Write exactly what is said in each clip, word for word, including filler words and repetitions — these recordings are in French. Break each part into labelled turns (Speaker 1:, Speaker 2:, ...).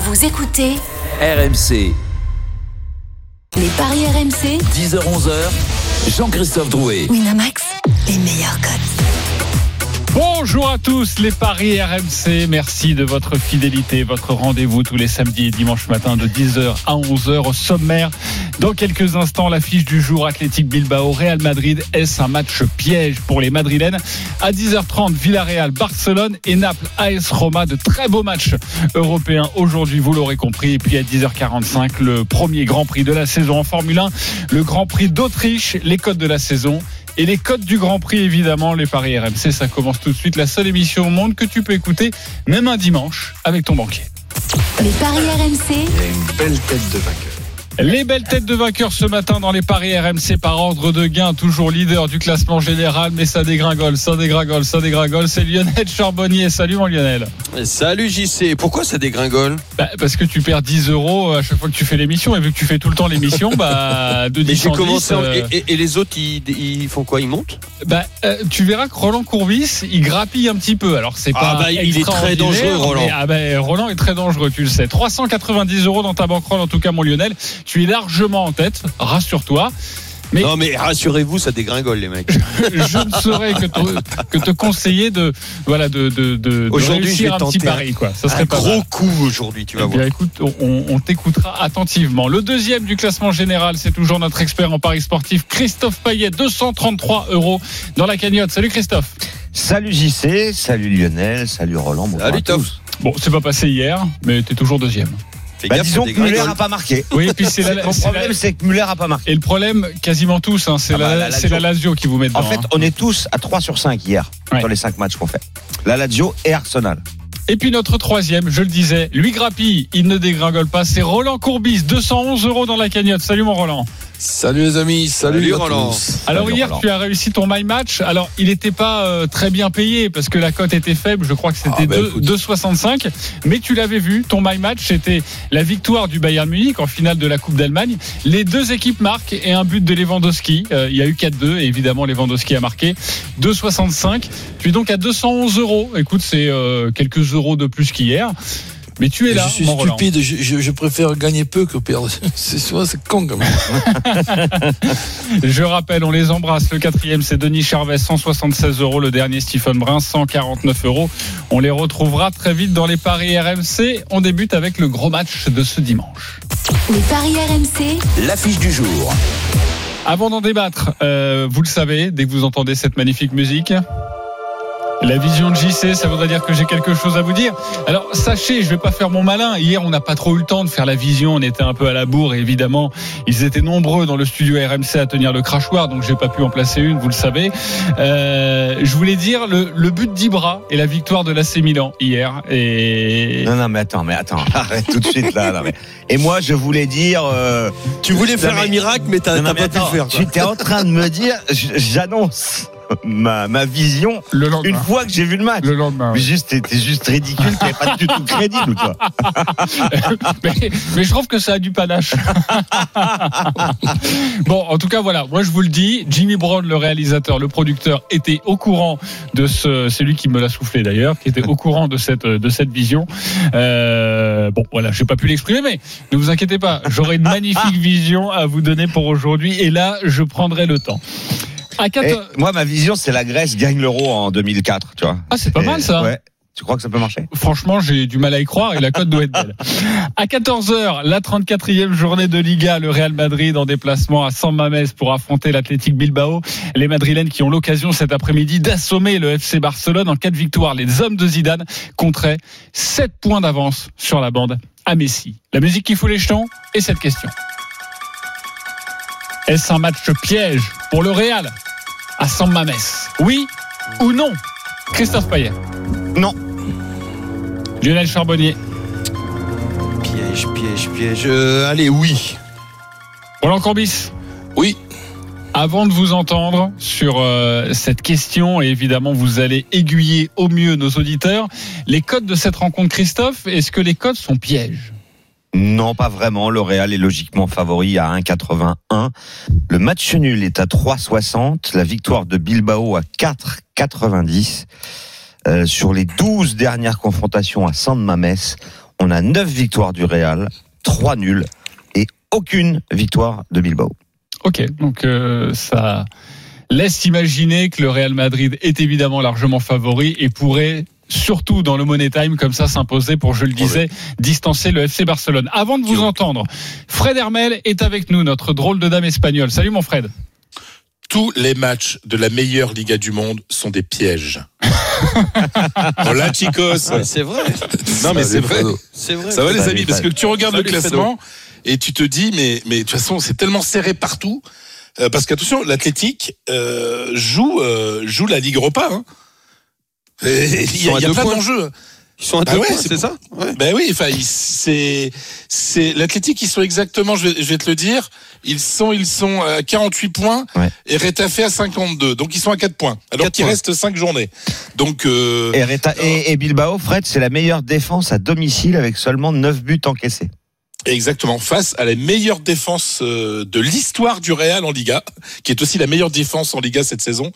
Speaker 1: Vous écoutez
Speaker 2: R M C.
Speaker 1: Les paris R M C.
Speaker 2: dix heures onze heures. Jean-Christophe Drouet.
Speaker 1: Winamax, les meilleurs cotes.
Speaker 3: Bonjour à tous, les paris R M C. Merci de votre fidélité, votre rendez-vous tous les samedis et dimanches matin de dix heures à onze heures au sommaire. Dans quelques instants, l'affiche du jour, Athletic Bilbao, Real Madrid. Est-ce un match piège pour les Madrilènes? À dix heures trente, Villarreal, Barcelone et Naples, A S Roma. De très beaux matchs européens aujourd'hui, vous l'aurez compris. Et puis à dix heures quarante-cinq, le premier Grand Prix de la saison en Formule un, le Grand Prix d'Autriche, les cotes de la saison. Et les cotes du Grand Prix, évidemment, les paris R M C, ça commence tout de suite. La seule émission au monde que tu peux écouter, même un dimanche, avec ton banquier.
Speaker 1: Les paris R M C.
Speaker 4: Il y a une belle tête de vainqueur.
Speaker 3: Les belles têtes de vainqueurs ce matin dans les paris R M C par ordre de gain, toujours leader du classement général, mais ça dégringole, ça dégringole, ça dégringole. C'est Lionel Charbonnier. Salut mon Lionel.
Speaker 4: Salut J C. Pourquoi ça dégringole?
Speaker 3: Bah, parce que tu perds dix euros à chaque fois que tu fais l'émission, et vu que tu fais tout le temps l'émission, bah, de dix
Speaker 4: j'ai commencé en...
Speaker 3: euh...
Speaker 4: et, et les autres, ils, ils font quoi? Ils montent?
Speaker 3: Bah, euh, tu verras que Roland Courbis, il grappille un petit peu. Alors, c'est pas.
Speaker 4: Ah bah, il est très dangereux, Roland.
Speaker 3: Mais, ah bah, Roland est très dangereux, tu le sais. trois cent quatre-vingt-dix euros dans ta banquerolle, en tout cas, mon Lionel. Tu es largement en tête, rassure-toi. Mais
Speaker 4: non mais rassurez-vous, ça dégringole les mecs.
Speaker 3: Je ne saurais que te, que te conseiller de voilà de de de,
Speaker 4: aujourd'hui,
Speaker 3: de réussir
Speaker 4: je vais
Speaker 3: un petit
Speaker 4: tenter
Speaker 3: pari quoi. Ça serait
Speaker 4: un
Speaker 3: pas
Speaker 4: gros
Speaker 3: mal.
Speaker 4: coup aujourd'hui, tu vas
Speaker 3: eh
Speaker 4: voir.
Speaker 3: Bien, écoute, on, on t'écoutera attentivement. Le deuxième du classement général, c'est toujours notre expert en paris sportif, Christophe Payet, deux cent trente-trois euros dans la cagnotte. Salut Christophe.
Speaker 5: Salut J C, salut Lionel, salut Roland. Bonjour
Speaker 4: Salut
Speaker 5: à
Speaker 4: Top.
Speaker 5: tous.
Speaker 3: Bon, c'est pas passé hier, mais t'es toujours deuxième.
Speaker 4: Fais
Speaker 5: Bah,
Speaker 4: gaffe,
Speaker 5: disons
Speaker 4: ça
Speaker 5: que Muller
Speaker 4: dégringole.
Speaker 5: n'a pas marqué.
Speaker 3: Oui, et puis c'est la,
Speaker 5: Mon
Speaker 3: c'est
Speaker 5: problème,
Speaker 3: la-
Speaker 5: c'est que Muller n'a pas marqué.
Speaker 3: et le problème, quasiment tous, hein, c'est,
Speaker 5: Ah bah,
Speaker 3: la,
Speaker 5: la
Speaker 3: c'est la Lazio qui vous met dedans.
Speaker 5: En fait,
Speaker 3: hein.
Speaker 5: on est tous à trois sur cinq hier,
Speaker 3: Ouais.
Speaker 5: sur les cinq matchs qu'on fait. La Lazio et Arsenal.
Speaker 3: Et puis notre troisième, je le disais, lui grappille, il ne dégringole pas, c'est Roland Courbis, deux cent onze euros dans la cagnotte. Salut mon Roland.
Speaker 6: Salut les amis, salut,
Speaker 4: Salut,
Speaker 6: à
Speaker 4: Roland.
Speaker 6: tous.
Speaker 3: Alors
Speaker 5: Salut,
Speaker 3: hier,
Speaker 5: Roland.
Speaker 3: tu as réussi ton my match. Alors il n'était pas euh, très bien payé parce que la cote était faible. Je crois que c'était
Speaker 6: Ah, bah,
Speaker 3: deux-
Speaker 6: écoute.
Speaker 3: deux virgule soixante-cinq. Mais tu l'avais vu, ton my match, c'était la victoire du Bayern Munich en finale de la Coupe d'Allemagne. Les deux équipes marquent et un but de Lewandowski. Euh, il y a eu quatre deux et évidemment Lewandowski a marqué. deux virgule soixante-cinq. Tu es donc à deux cent onze euros. Écoute, c'est euh, quelques euros de plus qu'hier. Mais tu es là,
Speaker 6: Je suis
Speaker 3: mon Roland.
Speaker 6: stupide, je, je- je préfère gagner peu que perdre. C'est souvent c'est con quand même.
Speaker 3: Je rappelle, on les embrasse. Le quatrième, c'est Denis Charvet, cent soixante-seize euros. Le dernier, Stephen Brun, cent quarante-neuf euros. On les retrouvera très vite dans les paris R M C. On débute avec le gros match de ce dimanche.
Speaker 1: Les paris R M C.
Speaker 2: L'affiche du jour.
Speaker 3: Avant d'en débattre, euh, vous le savez, dès que vous entendez cette magnifique musique, la vision de J C, ça voudrait dire que j'ai quelque chose à vous dire. Alors sachez, je vais pas faire mon malin. Hier, on n'a pas trop eu le temps de faire la vision. On était un peu à la bourre et évidemment, ils étaient nombreux dans le studio R M C à tenir le crachoir, donc j'ai pas pu en placer une, vous le savez. Euh, je voulais dire le, le but d'Ibra et la victoire de l'A C Milan hier. Et
Speaker 5: Non, non, mais attends, mais attends, arrête tout de suite là. là, mais... Et moi, je voulais dire. euh,
Speaker 4: Tu voulais
Speaker 5: Non,
Speaker 4: faire
Speaker 5: mais-
Speaker 4: un miracle, mais t'as,
Speaker 5: non, non,
Speaker 4: t'as
Speaker 5: mais
Speaker 4: pas
Speaker 5: attends,
Speaker 4: pu le faire.
Speaker 5: Tu étais en train de me dire, j- j'annonce ma, ma vision
Speaker 3: le
Speaker 5: une
Speaker 3: lendemain.
Speaker 5: fois que j'ai vu le match.
Speaker 3: Le lendemain.
Speaker 5: Mais juste, t'es t'es juste ridicule, t'es pas du tout crédible, toi.
Speaker 3: mais, mais je trouve que ça a du panache. Bon, en tout cas, voilà. Moi, je vous le dis, Jimmy Brown, le réalisateur, le producteur, était au courant de ce. C'est lui qui me l'a soufflé d'ailleurs, qui était au courant de cette de cette vision. Euh, bon, voilà, j'ai pas pu l'exprimer, mais ne vous inquiétez pas, j'aurai une magnifique vision à vous donner pour aujourd'hui, et là, je prendrai le temps. À
Speaker 5: Et
Speaker 3: quatorze...
Speaker 5: moi, ma vision, c'est la Grèce gagne l'euro en deux mille quatre, tu vois.
Speaker 3: Ah, c'est pas
Speaker 5: Et-
Speaker 3: mal ça.
Speaker 5: Ouais. Tu crois que ça peut marcher?
Speaker 3: Franchement, j'ai du mal à y croire et la cote doit être belle. À quatorze heures, la trente-quatrième journée de Liga, le Real Madrid en déplacement à San Mamés pour affronter l'Athletic Bilbao. Les Madrilènes qui ont l'occasion cet après-midi d'assommer le F C Barcelone en cas de victoire. Les hommes de Zidane compteraient sept points d'avance sur la bande à Messi. La musique qui fout les jetons et cette question. Est-ce un match piège pour le Real à San Mamés? Oui ou non? Christophe Payet.
Speaker 5: Non.
Speaker 3: Lionel Charbonnier.
Speaker 4: Piège, piège, piège. Euh, allez, oui.
Speaker 3: Roland Courbis.
Speaker 6: Oui,
Speaker 3: Avant de vous entendre sur euh, cette question, et évidemment vous allez aiguiller au mieux nos auditeurs, les codes de cette rencontre, Christophe, est-ce que les codes sont pièges?
Speaker 5: Non, pas vraiment. Le Real est logiquement favori à un virgule quatre-vingt-un. Le match nul est à trois virgule soixante. La victoire de Bilbao à quatre virgule quatre-vingt-dix. Euh, sur les douze dernières confrontations à San Mamés, on a neuf victoires du Real, trois nuls et aucune victoire de Bilbao.
Speaker 3: Ok, donc euh, ça laisse imaginer que le Real Madrid est évidemment largement favori et pourrait, surtout dans le Money Time, comme ça s'imposer pour, je le disais, distancer le F C Barcelone. Avant de vous entendre, Fred Hermel est avec nous, notre drôle de dame espagnole. Salut mon Fred.
Speaker 7: Tous les matchs de la meilleure Liga du monde sont des pièges. Hola chicos.
Speaker 4: Ouais, c'est vrai.
Speaker 7: Non mais c'est vrai.
Speaker 4: C'est vrai.
Speaker 7: Ça va les
Speaker 5: Salut,
Speaker 7: amis, parce que tu regardes
Speaker 4: Salut,
Speaker 7: le classement et tu te dis mais mais de toute façon c'est tellement serré partout euh, parce qu'attention l'Athletic euh, joue euh, joue la Ligue Europa. Hein. Et il y a, il y a plein d'enjeux.
Speaker 4: Ils sont à
Speaker 7: Ah
Speaker 4: deux
Speaker 7: ouais,
Speaker 4: points,
Speaker 7: c'est
Speaker 4: c'est
Speaker 7: bon.
Speaker 4: ça ouais.
Speaker 7: Ben oui, enfin, ils- c'est, c'est l'Athletic. Ils sont exactement, je vais, je vais te le dire, ils sont, ils sont à quarante-huit points
Speaker 5: Ouais.
Speaker 7: et Retafe à cinquante-deux. Donc ils sont à quatre points. Alors
Speaker 4: quatre
Speaker 7: qu'il
Speaker 4: points.
Speaker 7: reste cinq journées. Donc euh,
Speaker 5: Et, Reta- et, et Bilbao, Fred, c'est la meilleure défense à domicile avec seulement neuf buts encaissés.
Speaker 7: exactement face à la meilleure défense euh, de l'histoire du Real en Liga, qui est aussi la meilleure défense en Liga cette saison.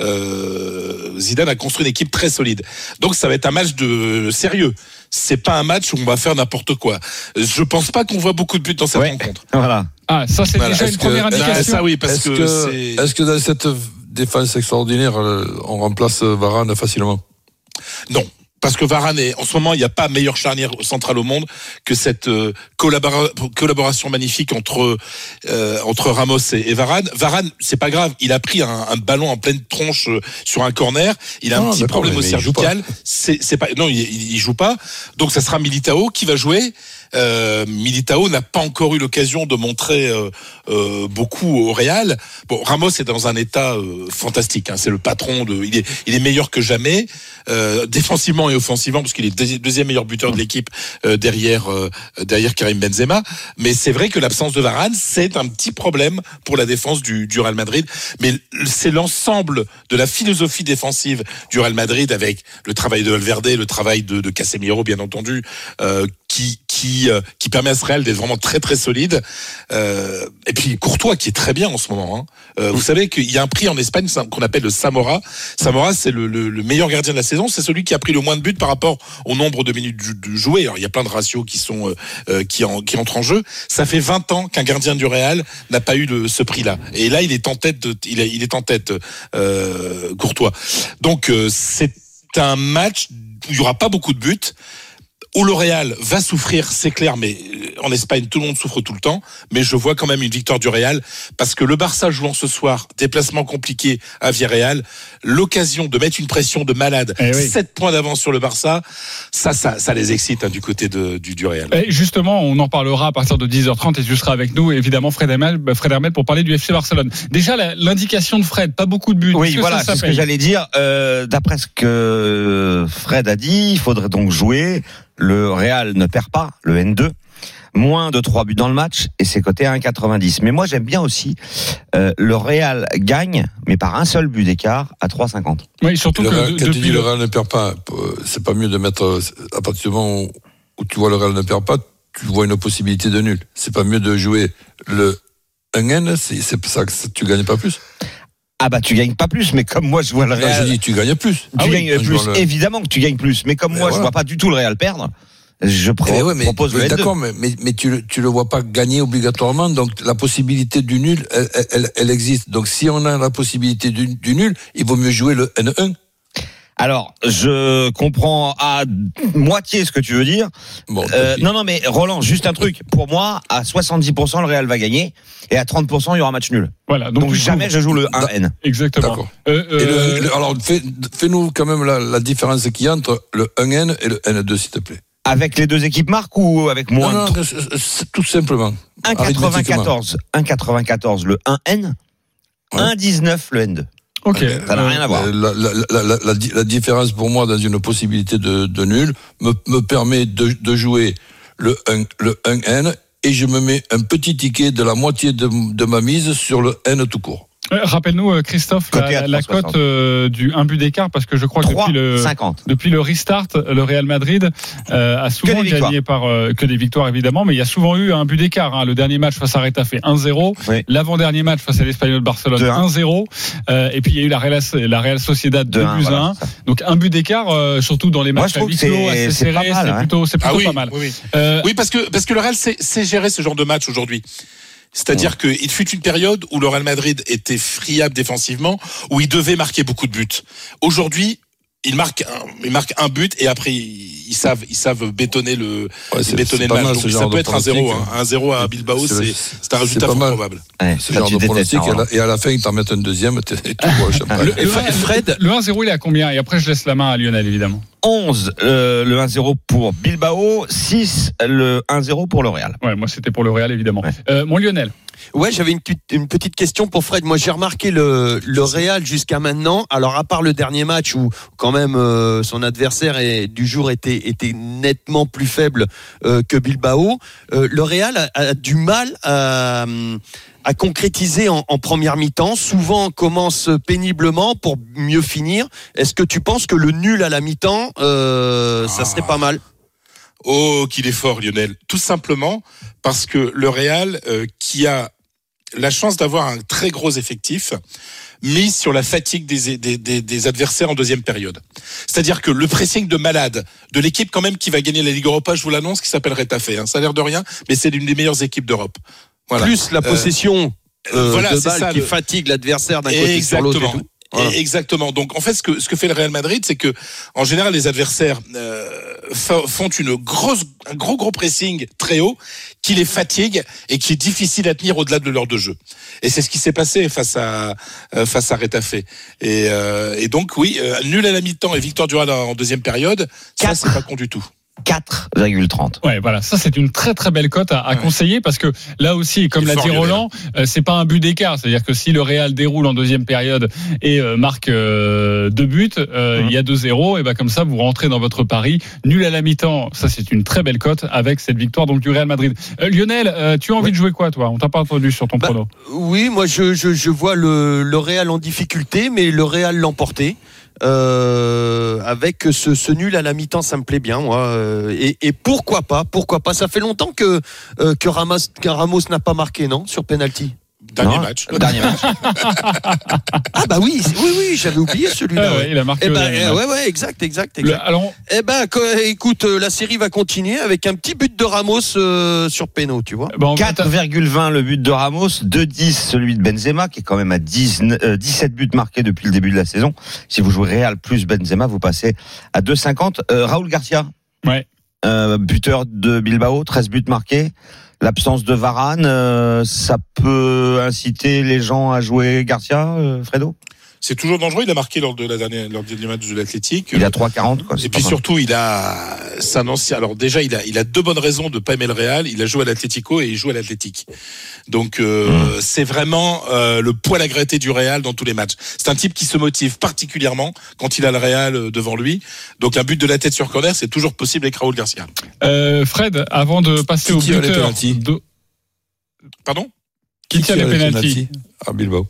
Speaker 7: Euh, Zidane a construit une équipe très solide. Donc ça va être un match de sérieux. C'est pas un match où on va faire n'importe quoi. Je pense pas qu'on voit beaucoup de buts dans cette
Speaker 5: Ouais.
Speaker 7: rencontre.
Speaker 5: Voilà.
Speaker 3: Ah, ça c'est
Speaker 7: Voilà.
Speaker 3: déjà
Speaker 6: Est-ce
Speaker 3: une
Speaker 6: que-
Speaker 3: première
Speaker 6: est-ce que-
Speaker 7: Ah,
Speaker 3: indication.
Speaker 7: ça oui, parce
Speaker 6: Est-ce
Speaker 7: que,
Speaker 6: que,
Speaker 7: c'est...
Speaker 6: est-ce que dans cette défense extraordinaire, euh, on remplace Varane facilement?
Speaker 7: Non. Parce que Varane est, en ce moment, il n'y a pas meilleure charnière centrale au monde que cette euh, collabora- collaboration magnifique entre euh, entre Ramos et, et Varane. Varane, c'est pas grave, il a pris un, un ballon en pleine tronche euh, sur un corner. Il a
Speaker 6: Non,
Speaker 7: un petit
Speaker 6: d'accord,
Speaker 7: problème
Speaker 6: mais-
Speaker 7: au
Speaker 6: mais il joue pas.
Speaker 7: cervical. C'est, c'est pas, non, il, il il joue pas. Donc ça sera Militao qui va jouer. Euh, Militao n'a pas encore eu l'occasion de montrer euh, euh, beaucoup au Real. Bon, Ramos est dans un état euh, fantastique. Hein, c'est le patron de. Il est, il est meilleur que jamais, euh, défensivement et offensivement, parce qu'il est deuxi- deuxième meilleur buteur de l'équipe euh, derrière euh, derrière Karim Benzema. Mais c'est vrai que l'absence de Varane, c'est un petit problème pour la défense du, du Real Madrid. Mais c'est l'ensemble de la philosophie défensive du Real Madrid, avec le travail de Valverde, le travail de, de Casemiro, bien entendu, euh, qui qui euh, qui permet à ce Real d'être vraiment très très solide. Euh, et puis Courtois qui est très bien en ce moment. Hein. Euh, vous savez qu'il y a un prix en Espagne qu'on appelle le Samora. Samora, c'est le, le, le meilleur gardien de la saison. C'est celui qui a pris le moins de buts par rapport au nombre de minutes jouées. Alors il y a plein de ratios qui sont euh, qui en, qui entrent en jeu. Ça fait vingt ans qu'un gardien du Real n'a pas eu le, ce prix-là. Et là, il est en tête. De, il, est, il est en tête, euh, Courtois. Donc euh, c'est un match où il y aura pas beaucoup de buts, où le Real va souffrir, c'est clair, mais en Espagne, tout le monde souffre tout le temps. Mais je vois quand même une victoire du Real, parce que le Barça jouant ce soir, déplacement compliqué à Villarreal, l'occasion de mettre une pression de malade,
Speaker 3: Eh oui.
Speaker 7: sept points d'avance sur le Barça, ça, ça, ça les excite hein, du côté de, du, du Real.
Speaker 3: Et justement, on en parlera à partir de dix heures trente et tu seras avec nous, évidemment, Fred Hermel, Fred Hermel pour parler du F C Barcelone. Déjà, la- l'indication de Fred, pas beaucoup de buts.
Speaker 5: Oui,
Speaker 3: Est-ce que
Speaker 5: voilà,
Speaker 3: ça
Speaker 5: c'est ce que
Speaker 3: s'appelle
Speaker 5: j'allais dire. Euh, d'après ce que Fred a dit, il faudrait donc jouer. Le Real ne perd pas, le N deux. Moins de trois buts dans le match et c'est coté à un virgule quatre-vingt-dix. Mais moi, j'aime bien aussi euh, le Real gagne, mais par un seul but d'écart à trois virgule cinquante.
Speaker 3: Oui, surtout
Speaker 6: Le
Speaker 3: que
Speaker 6: Real-
Speaker 3: de-
Speaker 6: quand tu
Speaker 3: depuis
Speaker 6: dis le
Speaker 3: le-
Speaker 6: Real ne perd pas, euh, c'est pas mieux de mettre, euh, à partir du moment où, où tu vois le Real ne perd pas, tu vois une possibilité de nul. C'est pas mieux de jouer le un N, c'est, c'est pour ça que tu gagnes pas plus.
Speaker 5: Ah bah tu gagnes pas plus, mais comme moi je vois le
Speaker 6: Là,
Speaker 5: Real,
Speaker 6: je dis, tu gagnes plus.
Speaker 5: tu
Speaker 6: Ah oui,
Speaker 5: gagnes
Speaker 6: en
Speaker 5: plus.
Speaker 6: jouant le-
Speaker 5: Évidemment que tu gagnes plus, mais comme
Speaker 6: Mais
Speaker 5: moi je
Speaker 6: voilà.
Speaker 5: vois pas du tout le Real perdre, je pro-
Speaker 6: Eh ouais, mais,
Speaker 5: propose le
Speaker 6: oui,
Speaker 5: N deux.
Speaker 6: d'accord, mais, mais, mais tu, le- tu le vois pas gagner obligatoirement, donc la possibilité du nul, elle, elle, elle existe. Donc si on a la possibilité du, du nul, il vaut mieux jouer le N un.
Speaker 5: Alors, je comprends à moitié ce que tu veux dire.
Speaker 6: Bon,
Speaker 5: Euh,
Speaker 6: tant pis.
Speaker 5: non, non, mais Roland, juste un truc. Pour moi, à soixante-dix pour cent, le Real va gagner. Et à trente pour cent, il y aura match nul.
Speaker 3: Voilà, donc,
Speaker 5: Donc,
Speaker 3: du coup,
Speaker 5: jamais je joue le un N.
Speaker 3: Exactement.
Speaker 6: D'accord.
Speaker 3: Euh,
Speaker 6: Et le-
Speaker 3: euh,
Speaker 6: le- alors, fais, fais-nous quand même la, la différence qu'il y a entre le un N et le N deux, s'il te plaît.
Speaker 5: Avec les deux équipes marques ou avec moins
Speaker 6: non,
Speaker 5: de
Speaker 6: non, c'est- c'est tout simplement.
Speaker 5: un virgule quatre-vingt-quatorze, un virgule quatre-vingt-quatorze le un N,
Speaker 6: Ouais.
Speaker 5: un virgule dix-neuf le N deux.
Speaker 3: ok.
Speaker 5: Ça n'a rien à voir.
Speaker 6: Euh, La, la, la, la, la, di- la différence pour moi dans une possibilité de, de nul me, me permet de, de jouer le un, le un N et je me mets un petit ticket de la moitié de, de ma mise sur le N tout court.
Speaker 3: Euh, rappelle-nous, euh, Christophe,
Speaker 5: Côté
Speaker 3: la,
Speaker 5: à
Speaker 3: la
Speaker 5: trois
Speaker 3: cote
Speaker 5: soixante.
Speaker 3: euh, du un but d'écart, parce que je crois que
Speaker 5: trois
Speaker 3: depuis le,
Speaker 5: cinquante.
Speaker 3: depuis le restart, le Real Madrid euh, a souvent
Speaker 5: des
Speaker 3: gagné par euh, que des victoires évidemment, mais il y a souvent eu un but d'écart. Hein. Le dernier match face à Retafe un zéro,
Speaker 5: Oui.
Speaker 3: l'avant-dernier match face à l'Espagnol de Barcelone
Speaker 5: deux un.
Speaker 3: un zéro, euh, et puis il y a eu la Real, la Real Sociedad deux buts à un. Donc un but d'écart, euh, surtout dans les
Speaker 5: Moi,
Speaker 3: matchs
Speaker 5: je
Speaker 3: à
Speaker 5: trouve
Speaker 3: huis
Speaker 5: que
Speaker 3: clos,
Speaker 5: c'est-
Speaker 3: assez
Speaker 5: c'est pas
Speaker 3: serrés,
Speaker 5: mal,
Speaker 3: c'est
Speaker 5: hein.
Speaker 3: plutôt, c'est plutôt
Speaker 7: Ah oui,
Speaker 3: pas mal.
Speaker 7: oui, oui.
Speaker 3: Euh,
Speaker 7: Oui, parce que, parce que le Real sait, sait gérer ce genre de match aujourd'hui. C'est-à-dire
Speaker 5: Mmh.
Speaker 7: qu'il fut une période où le Real Madrid était friable défensivement, où il devait marquer beaucoup de buts. Aujourd'hui, il marque un, il marque un but et après ils savent, ils savent bétonner le,
Speaker 6: Ouais, c'est-
Speaker 7: bétonner
Speaker 6: c'est
Speaker 7: le
Speaker 6: pas
Speaker 7: match.
Speaker 6: mal,
Speaker 7: Donc
Speaker 6: ce
Speaker 7: ça
Speaker 6: genre
Speaker 7: peut
Speaker 6: de
Speaker 7: être un zéro.
Speaker 6: pronostic.
Speaker 7: Hein. Un zéro à Bilbao,
Speaker 6: C'est-
Speaker 7: c'est, c'est un résultat
Speaker 6: c'est pas
Speaker 7: fort
Speaker 6: mal.
Speaker 7: probable.
Speaker 5: Ouais,
Speaker 6: Ce
Speaker 5: ça,
Speaker 6: genre
Speaker 5: tu
Speaker 6: de
Speaker 5: détestes,
Speaker 6: pronostic, et à,
Speaker 5: hein.
Speaker 6: la, et à la fin, ils t'en mettent un deuxième, tu tu vois le champagne.
Speaker 3: le,
Speaker 8: Fred- Fred-
Speaker 3: le un zéro, il est à combien? Et après, je laisse la main à Lionel, évidemment.
Speaker 5: onze euh, le un zéro pour Bilbao, six le un zéro pour le Real.
Speaker 3: Ouais, moi, c'était pour le Real, évidemment.
Speaker 5: Ouais.
Speaker 3: Euh, mon Lionel.
Speaker 8: Ouais, j'avais une, petite- une petite question pour Fred. Moi, j'ai remarqué le, le Real jusqu'à maintenant. Alors, à part le dernier match où, quand même, euh, son adversaire est, du jour était, était nettement plus faible euh, que Bilbao, euh, le Real a, a du mal à, à concrétiser en, en première mi-temps. Souvent, commence péniblement pour mieux finir. Est-ce que tu penses que le nul à la mi-temps, euh, ça serait pas mal?
Speaker 7: Oh, qu'il est fort, Lionel. Tout simplement parce que le Real, euh, qui a la chance d'avoir un très gros effectif, mise sur la fatigue des, des, des, des adversaires en deuxième période. C'est-à-dire que le pressing de malade de l'équipe quand même qui va gagner la Ligue Europa, je vous l'annonce, qui s'appelle Retafe. Hein. Ça a l'air de rien, mais c'est l'une des meilleures équipes d'Europe. Voilà.
Speaker 8: Plus la possession euh,
Speaker 7: voilà,
Speaker 8: de
Speaker 7: c'est
Speaker 8: balle
Speaker 7: ça,
Speaker 8: qui
Speaker 7: le-
Speaker 8: fatigue l'adversaire d'un côté sur l'autre et
Speaker 7: Exactement.
Speaker 8: tout. Voilà.
Speaker 7: Et Exactement. Donc en fait, ce que ce que fait le Real Madrid, c'est que en général, les adversaires euh, fa- font une grosse, un gros gros pressing très haut qui les fatigue et qui est difficile à tenir au-delà de l'heure de jeu. Et c'est ce qui s'est passé face à euh, face à Retafe. Et, euh, et donc oui, euh, nul à la mi-temps et victoire du Real en deuxième période, ça
Speaker 5: Quatre.
Speaker 7: c'est pas con du tout.
Speaker 5: quatre virgule trente.
Speaker 3: Ouais, voilà, ça c'est une très très belle cote à, à
Speaker 7: Ouais.
Speaker 3: conseiller parce que là aussi, comme
Speaker 7: Il est
Speaker 3: l'a
Speaker 7: fort,
Speaker 3: dit
Speaker 7: Lionel.
Speaker 3: Roland, euh, c'est pas un but d'écart, c'est-à-dire que si le Real déroule en deuxième période et euh, marque euh, deux buts, euh,
Speaker 5: Mhm.
Speaker 3: il y a deux zéro, et ben comme ça vous rentrez dans votre pari nul à la mi-temps. Ça c'est une très belle cote avec cette victoire donc du Real Madrid. Euh, Lionel, euh, tu as envie de jouer quoi toi? On t'a pas entendu sur ton
Speaker 8: Bah,
Speaker 3: prono.
Speaker 8: Oui, moi je, je, je vois le, le Real en difficulté, mais le Real l'emporter. Euh, avec ce, ce nul à la mi-temps, ça me plaît bien, moi. Euh, Et, et pourquoi pas, pourquoi pas. Ça fait longtemps que euh, que Ramos, que Ramos n'a pas marqué, non, sur penalty.
Speaker 7: Dernier
Speaker 5: Non,
Speaker 7: match.
Speaker 5: Dernier match.
Speaker 8: Ah bah oui, c'est- oui, oui, j'avais oublié celui-là.
Speaker 3: Ah ouais,
Speaker 8: ouais.
Speaker 3: il a marqué
Speaker 8: Eh
Speaker 3: au
Speaker 8: ben,
Speaker 3: dernier
Speaker 8: euh,
Speaker 3: match.
Speaker 8: ouais, ouais, exact, exact,
Speaker 3: Le-
Speaker 8: exact.
Speaker 3: alors,
Speaker 8: Eh ben, co- écoute, euh, la série va continuer avec un petit but de Ramos euh, sur péno, tu vois.
Speaker 3: bon,
Speaker 5: quatre virgule vingt le but de Ramos, deux virgule dix celui de Benzema, qui est quand même à dix, euh, dix-sept buts marqués depuis le début de la saison. Si vous jouez Real plus Benzema, vous passez à deux virgule cinquante. Euh, Raúl Garcia,
Speaker 3: ouais.
Speaker 5: euh, buteur de Bilbao, treize buts marqués. L'absence de Varane, euh, ça peut inciter les gens à jouer Garcia, euh, Fredo?
Speaker 7: C'est toujours dangereux. Il a marqué lors de la dernière, lors du dernier match de l'Atlétique.
Speaker 5: Il a trois virgule quarante, quoi.
Speaker 7: Et
Speaker 5: c'est
Speaker 7: puis
Speaker 5: pas mal.
Speaker 7: surtout, il a, c'est un ancien. Alors déjà, il a, il a deux bonnes raisons de pas aimer le Real. Il a joué à l'Atlético et il joue à l'Atlétique. Donc euh,
Speaker 5: Mmh.
Speaker 7: c'est vraiment euh, le poil à gratter du Real dans tous les matchs. C'est un type qui se motive particulièrement quand il a le Real euh, devant lui. Donc un but de la tête sur corner, c'est toujours possible avec Raúl Garcia.
Speaker 3: Euh, Fred, avant de passer au
Speaker 6: Qui tire les
Speaker 3: buteur,
Speaker 6: pénaltys
Speaker 3: de-
Speaker 7: Pardon
Speaker 3: qui tire les pénaltys?
Speaker 6: À Bilbao.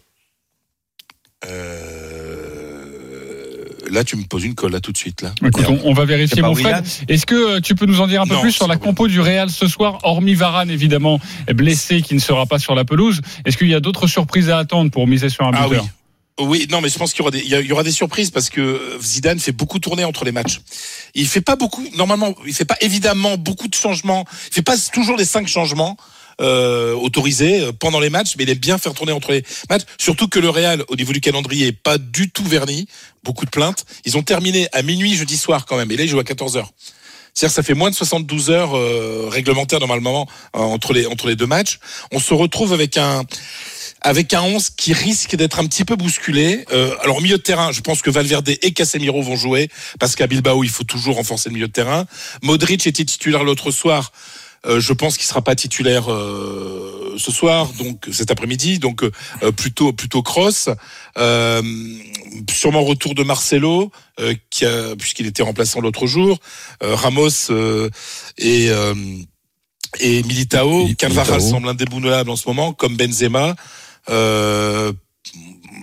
Speaker 7: euh... Là, tu me poses une colle là tout de suite là.
Speaker 3: Écoute, on, on va vérifier
Speaker 5: C'est pas
Speaker 3: mon Fred.
Speaker 5: Willian
Speaker 3: Est-ce que euh, tu peux nous en dire un peu
Speaker 7: Non,
Speaker 3: plus sur
Speaker 7: c'est
Speaker 3: la
Speaker 7: pas
Speaker 3: compo du Real ce soir, hormis Varane évidemment blessé qui ne sera pas sur la pelouse? Est-ce qu'il y a d'autres surprises à attendre pour miser sur un
Speaker 7: Ah oui.
Speaker 3: buteur?
Speaker 7: Oui, non, mais je pense qu'il y aura des, il y a- il y aura des surprises parce que Zidane fait beaucoup tourner entre les matchs. Il fait pas beaucoup, normalement, il fait pas évidemment beaucoup de changements. Il fait pas toujours les cinq changements euh, autorisés pendant les matchs, mais il aime bien faire tourner entre les matchs. Surtout que le Real, au niveau du calendrier, est pas du tout verni. Beaucoup de plaintes. Ils ont terminé à minuit jeudi soir quand même, et là ils jouent à quatorze heures. C'est-à-dire que ça fait moins de soixante-douze heures euh, réglementaires normalement euh, entre les entre les deux matchs. On se retrouve avec un avec un onze qui risque d'être un petit peu bousculé. Euh, alors au milieu de terrain, je pense que Valverde et Casemiro vont jouer parce qu'à Bilbao, il faut toujours renforcer le milieu de terrain. Modric était titulaire l'autre soir. Euh, je pense qu'il sera pas titulaire euh, ce soir, donc cet après-midi, donc euh, plutôt plutôt Kroos. Euh, sûrement retour de Marcelo, euh, qui a, puisqu'il était remplaçant l'autre jour. Euh, Ramos euh, et euh, et Militao.
Speaker 6: Militao.
Speaker 7: Carvajal semble indéboulonnable en ce moment, comme Benzema. Euh,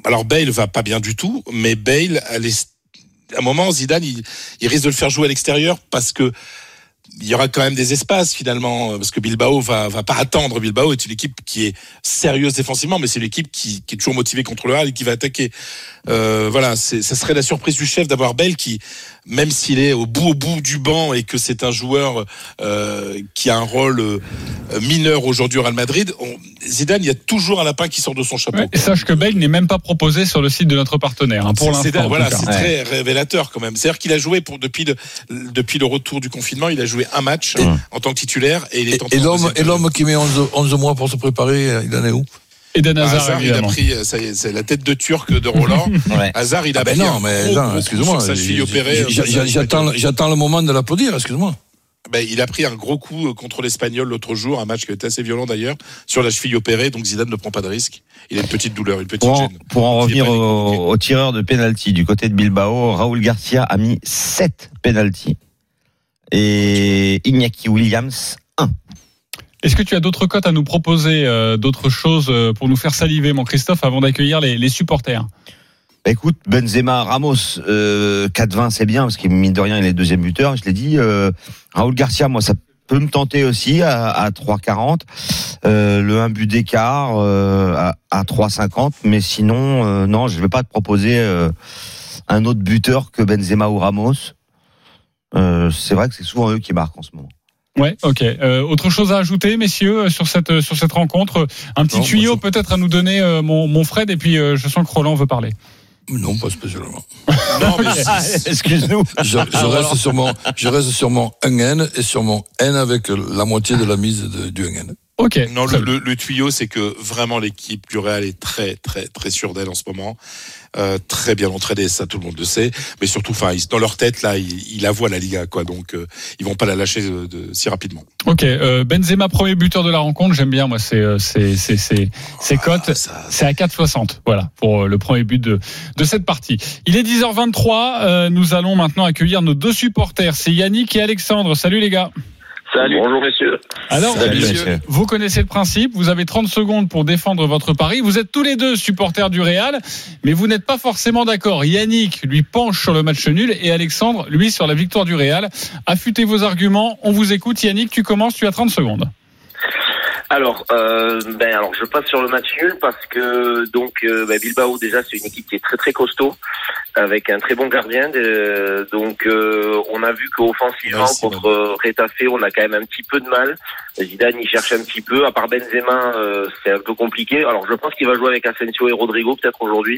Speaker 7: alors Bale va pas bien du tout, mais Bale, à, à un moment, Zidane, il, il risque de le faire jouer à l'extérieur parce que il y aura quand même des espaces finalement, parce que Bilbao va va pas attendre. Bilbao est une équipe qui est sérieuse défensivement, mais c'est une équipe qui, qui est toujours motivée contre le Real et qui va attaquer. Euh, voilà, c'est, ça serait la surprise du chef d'avoir Bale qui, même s'il est au bout au bout du banc et que c'est un joueur euh, qui a un rôle euh, mineur aujourd'hui au Real Madrid, on, Zidane, il y a toujours un lapin qui sort de son chapeau.
Speaker 3: Ouais, et sache que Bale n'est même pas proposé sur le site de notre partenaire hein, pour
Speaker 7: c'est,
Speaker 3: l'instant.
Speaker 7: C'est, voilà,
Speaker 3: c'est
Speaker 7: ouais. Très révélateur quand même. C'est-à-dire qu'il a joué pour depuis le depuis le retour du confinement, il a joué un match et, en tant que titulaire et il est en
Speaker 6: et, et l'homme et l'homme qui met onze, onze mois pour se préparer, il en est où?
Speaker 3: Eden Hazard,
Speaker 7: Hazard il a pris, ça y est, c'est la tête de Turc de Roland.
Speaker 5: Ouais.
Speaker 7: Hazard, il a
Speaker 6: ah ben
Speaker 7: pris
Speaker 6: non,
Speaker 7: un
Speaker 6: mais
Speaker 7: gros,
Speaker 6: non,
Speaker 7: gros
Speaker 6: excuse-moi,
Speaker 7: coup sur sa cheville opérée.
Speaker 6: J'attends, j'attends le moment de l'applaudir, excuse-moi.
Speaker 7: Ben, il a pris un gros coup contre l'Espagnol l'autre jour, un match qui était assez violent d'ailleurs, sur la cheville opérée, donc Zidane ne prend pas de risque. Il a une petite douleur, une petite
Speaker 5: pour en,
Speaker 7: gêne.
Speaker 5: pour en revenir au, au tireur de penalty du côté de Bilbao, Raúl Garcia a mis sept penalty et Iñaki Williams un.
Speaker 3: Est-ce que tu as d'autres cotes à nous proposer, euh, d'autres choses pour nous faire saliver, mon Christophe, avant d'accueillir les, les supporters?
Speaker 5: Bah écoute, Benzema, Ramos, euh, quatre vingt c'est bien parce qu'il mine de rien il est deuxième buteur. Je l'ai dit. Euh, Raúl Garcia, moi ça peut me tenter aussi à, à trois quarante. Euh, le un but d'écart euh, à, à trois cinquante. Mais sinon, euh, non, je vais pas te proposer euh, un autre buteur que Benzema ou Ramos. Euh, c'est vrai que c'est souvent eux qui marquent en ce moment.
Speaker 3: Ouais, ok. Euh, autre chose à ajouter, messieurs, sur cette sur cette rencontre, un petit
Speaker 6: non,
Speaker 3: tuyau
Speaker 6: moi,
Speaker 3: peut-être à nous donner, euh, mon mon Fred, et puis euh, je sens que Roland veut parler.
Speaker 6: Non, pas spécialement.
Speaker 7: Non, mais
Speaker 5: Excuse-nous.
Speaker 6: Je, je reste sur mon, je reste sur mon un N et sur mon N avec la moitié de la mise de, du un N.
Speaker 3: Ok.
Speaker 7: non, le, le, le tuyau, c'est que vraiment l'équipe du Real est très, très, très sûre d'elle en ce moment. Euh, très bien entraînée, ça tout le monde le sait. Mais surtout, enfin, dans leur tête là, ils, ils la voient la Liga, quoi. Donc, euh, ils vont pas la lâcher de, de, si rapidement.
Speaker 3: Ok. Euh, Benzema premier buteur de la rencontre, j'aime bien moi. C'est c'est c'est c'est ces cotes.
Speaker 7: Ah, ça...
Speaker 3: C'est à quatre soixante. Voilà pour le premier but de de cette partie. Il est dix heures vingt-trois. Euh, nous allons maintenant accueillir nos deux supporters. C'est Yannick et Alexandre. Salut les gars.
Speaker 9: Salut. Bonjour messieurs.
Speaker 3: Alors,
Speaker 5: Salut,
Speaker 3: vous,
Speaker 5: messieurs.
Speaker 3: vous connaissez le principe, vous avez trente secondes pour défendre votre pari. Vous êtes tous les deux supporters du Real, mais vous n'êtes pas forcément d'accord. Yannick, lui, penche sur le match nul et Alexandre, lui, sur la victoire du Real. Affûtez vos arguments, on vous écoute. Yannick, tu commences, tu as trente secondes.
Speaker 9: Alors, euh, ben alors je passe sur le match nul parce que donc euh, ben Bilbao déjà c'est une équipe qui est très très costaud avec un très bon gardien. De, donc euh, on a vu qu'offensivement
Speaker 7: Merci,
Speaker 9: contre euh, Retafe on a quand même un petit peu de mal. Zidane il cherche un petit peu. À part Benzema euh, c'est un peu compliqué. Alors je pense qu'il va jouer avec Asensio et Rodrigo peut-être aujourd'hui.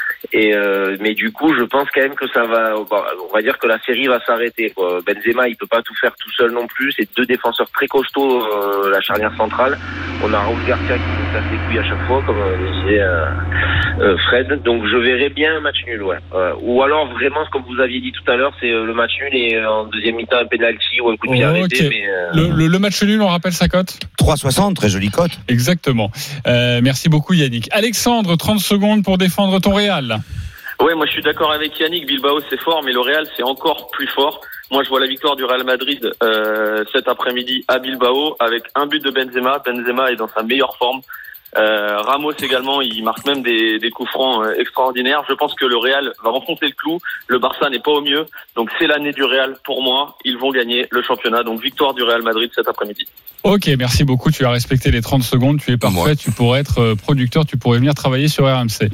Speaker 9: Et euh, mais du coup, je pense quand même que ça va. On va dire que la série va s'arrêter, quoi. Benzema, il peut pas tout faire tout seul non plus. C'est deux défenseurs très costauds, euh, la charnière centrale. On a Raúl Garcia qui nous casse les couilles à chaque fois, comme disait euh, euh, Fred. Donc je verrais bien un match nul, ouais. Euh, ou alors vraiment, comme vous aviez dit tout à l'heure, c'est euh, le match nul et euh, en deuxième mi-temps un penalty ou un coup de pied
Speaker 3: Oh,
Speaker 9: arrêté.
Speaker 3: okay.
Speaker 9: Mais, euh...
Speaker 3: le, le, le match nul, on rappelle sa cote.
Speaker 5: trois soixante, très jolie cote.
Speaker 3: Exactement. Euh, merci beaucoup Yannick. Alexandre, trente secondes pour défendre ton Real.
Speaker 10: Ouais, moi je suis d'accord avec Yannick, Bilbao c'est fort, mais le Real c'est encore plus fort. Moi je vois la victoire du Real Madrid euh, cet après-midi à Bilbao avec un but de Benzema. Benzema est dans sa meilleure forme. Euh, Ramos également, il marque même des, des coups francs euh, extraordinaires. Je pense que le Real va renfoncer le clou. Le Barça n'est pas au mieux, donc c'est l'année du Real pour moi. Ils vont gagner le championnat, donc victoire du Real Madrid cet après-midi.
Speaker 3: Ok, merci beaucoup. Tu as respecté les trente secondes. Tu es parfait.
Speaker 6: Ouais.
Speaker 3: Tu pourrais être producteur. Tu pourrais venir travailler sur R M C.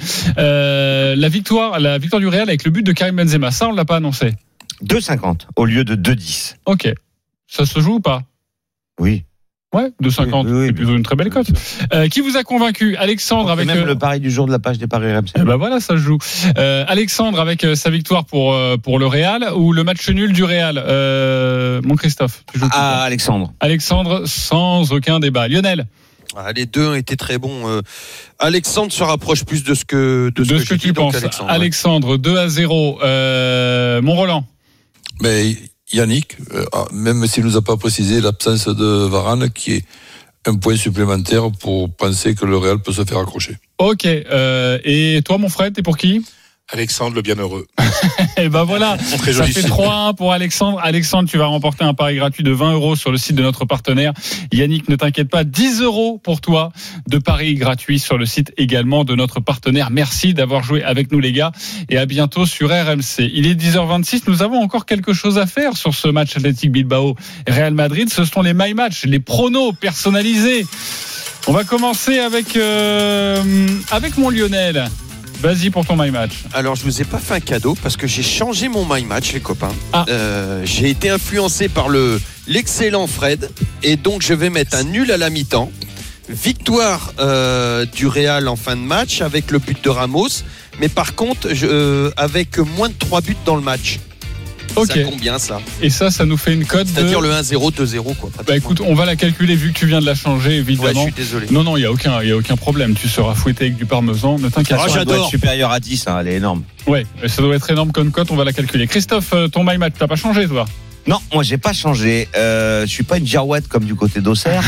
Speaker 3: Euh, la victoire, la victoire du Real avec le but de Karim Benzema. Ça, on l'a pas annoncé.
Speaker 5: deux cinquante au lieu de deux dix.
Speaker 3: Ok. Ça se joue ou pas?
Speaker 5: Oui.
Speaker 3: Ouais, deux cinquante.
Speaker 5: Oui, oui,
Speaker 3: c'est plutôt une très belle cote. Euh, qui vous a convaincu? Alexandre avec
Speaker 5: même
Speaker 3: euh...
Speaker 5: le pari du jour de la page des paris R M C.
Speaker 3: Eh ben voilà, ça se joue. Euh, Alexandre avec euh, sa victoire pour euh, pour le Real ou le match nul du Real. Euh, mon Christophe, tu joues
Speaker 5: Ah, Alexandre.
Speaker 3: Alexandre, sans aucun débat. Lionel.
Speaker 8: Ah, les deux ont été très bons. Euh, Alexandre se rapproche plus de ce que de ce
Speaker 3: de
Speaker 8: que,
Speaker 3: ce que
Speaker 8: j'ai
Speaker 3: tu
Speaker 8: dit, donc
Speaker 3: penses.
Speaker 8: Alexandre,
Speaker 3: Alexandre, deux à zéro. Euh, mon Roland.
Speaker 6: Mais Yannick, euh, même s'il nous a pas précisé l'absence de Varane, qui est un point supplémentaire pour penser que le Real peut se faire accrocher.
Speaker 3: Ok. Euh, et toi, mon Fred, t'es pour qui?
Speaker 7: Alexandre le Bienheureux.
Speaker 3: Et ben voilà,
Speaker 7: Très
Speaker 3: ça
Speaker 7: joli
Speaker 3: fait
Speaker 7: film.
Speaker 3: trois un pour Alexandre. Alexandre, tu vas remporter un pari gratuit de vingt euros sur le site de notre partenaire. Yannick, ne t'inquiète pas, dix euros pour toi de pari gratuit sur le site également de notre partenaire. Merci d'avoir joué avec nous les gars et à bientôt sur R M C. Il est dix heures vingt-six, nous avons encore quelque chose à faire sur ce match Athletic Bilbao Real Madrid. Ce sont les My Match, les pronos personnalisés. On va commencer avec, euh, avec mon Lionel. Vas-y pour ton My Match.
Speaker 8: Alors, je vous ai pas fait un cadeau parce que j'ai changé mon My Match, les copains.
Speaker 3: Ah.
Speaker 8: Euh, j'ai été influencé par le l'excellent Fred et donc je vais mettre un nul à la mi-temps. Victoire euh, du Real en fin de match avec le but de Ramos, mais par contre je, euh, avec moins de trois buts dans le match.
Speaker 3: Ok.
Speaker 8: Ça combien ça?
Speaker 3: Et ça, ça nous fait une cote de...
Speaker 8: C'est-à-dire le un zéro, deux zéro quoi.
Speaker 3: Bah écoute, on va la calculer vu que tu viens de la changer,
Speaker 8: Ouais,
Speaker 3: évidemment.
Speaker 8: je suis désolé.
Speaker 3: Non, non, il n'y a aucun, il y a aucun problème. Tu seras fouetté avec du parmesan. Ne t'inquiète
Speaker 8: Ah,
Speaker 3: pas.
Speaker 5: Elle doit
Speaker 8: j'adore.
Speaker 5: être supérieure à dix, hein, elle est énorme.
Speaker 3: Ouais, ça doit être énorme comme cote. On va la calculer. Christophe, euh, ton My Match, t'as pas changé, toi?
Speaker 5: Non, moi j'ai pas changé. Euh, je suis pas une girouette comme du côté d'Auxerre.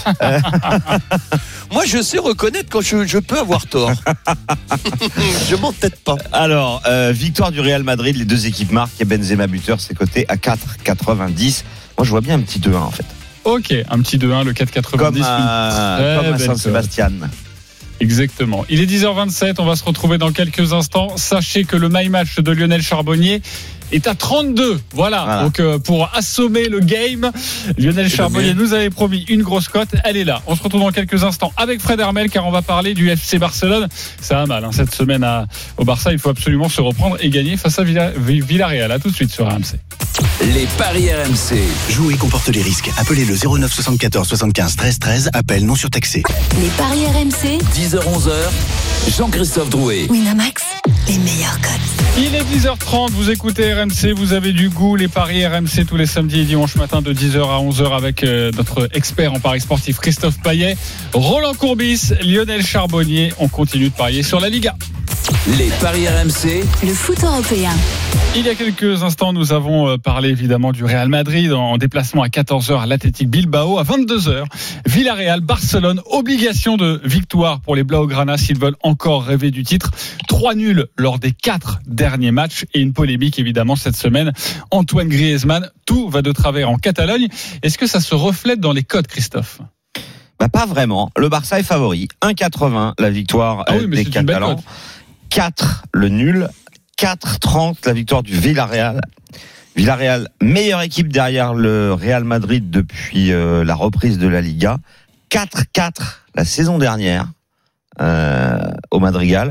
Speaker 8: Moi, je sais reconnaître quand je, je peux avoir tort. Je m'entête pas.
Speaker 5: Alors, euh, victoire du Real Madrid, les deux équipes marquent et Benzema buteur, c'est coté à quatre virgule quatre-vingt-dix. Moi je vois bien un petit deux un en fait.
Speaker 3: Ok, un petit deux un, le quatre virgule quatre-vingt-dix.
Speaker 5: Comme à,
Speaker 3: Très
Speaker 5: comme à
Speaker 3: belle
Speaker 5: Saint-Sébastien.
Speaker 3: Exactement. Il est dix heures vingt-sept, on va se retrouver dans quelques instants. Sachez que le My Match de Lionel Charbonnier est à trente-deux. Voilà.
Speaker 5: Voilà.
Speaker 3: Donc euh, pour assommer le game, Lionel Charbonnier nous avait promis une grosse cote. Elle est là. On se retrouve dans quelques instants avec Fred Hermel car on va parler du F C Barcelone. Ça va mal hein, cette semaine à, au Barça. Il faut absolument se reprendre et gagner face à Villa, Villarreal. À tout de suite sur R M C.
Speaker 2: Les paris R M C.
Speaker 11: Jouer comporte les risques. Appelez le zéro neuf soixante-quatorze soixante-quinze treize treize. Appel non surtaxé.
Speaker 1: Les paris R M C,
Speaker 2: dix heures onze heures. Jean-Christophe Drouet.
Speaker 1: Winamax, les meilleurs codes.
Speaker 3: Il est dix heures trente, vous écoutez R M C, vous avez du goût, les paris R M C tous les samedis et dimanches matin de dix heures à onze heures avec euh, notre expert en paris sportif Christophe Payet, Roland Courbis, Lionel Charbonnier. On continue de parier sur la Liga.
Speaker 2: Les paris R M C.
Speaker 1: Le foot européen.
Speaker 3: Il y a quelques instants, nous avons parlé évidemment du Real Madrid en déplacement à quatorze heures à l'Athletic Bilbao, à vingt-deux heures. Villarreal, Barcelone, obligation de victoire pour les Blaugrana s'ils veulent encore rêver du titre. Trois nuls lors des quatre derniers matchs et une polémique évidemment cette semaine. Antoine Griezmann, tout va de travers en Catalogne. Est-ce que ça se reflète dans les codes, Christophe ?
Speaker 5: Bah pas vraiment. Le Barça est favori. un virgule quatre-vingts la victoire
Speaker 3: Ah oui, mais
Speaker 5: des
Speaker 3: c'est une belle
Speaker 5: Catalans.
Speaker 3: cote.
Speaker 5: quatre le nul. quatre virgule trente la victoire du Villarreal. Villarreal, meilleure équipe derrière le Real Madrid depuis euh, la reprise de la Liga. quatre quatre la saison dernière euh, au Madrigal.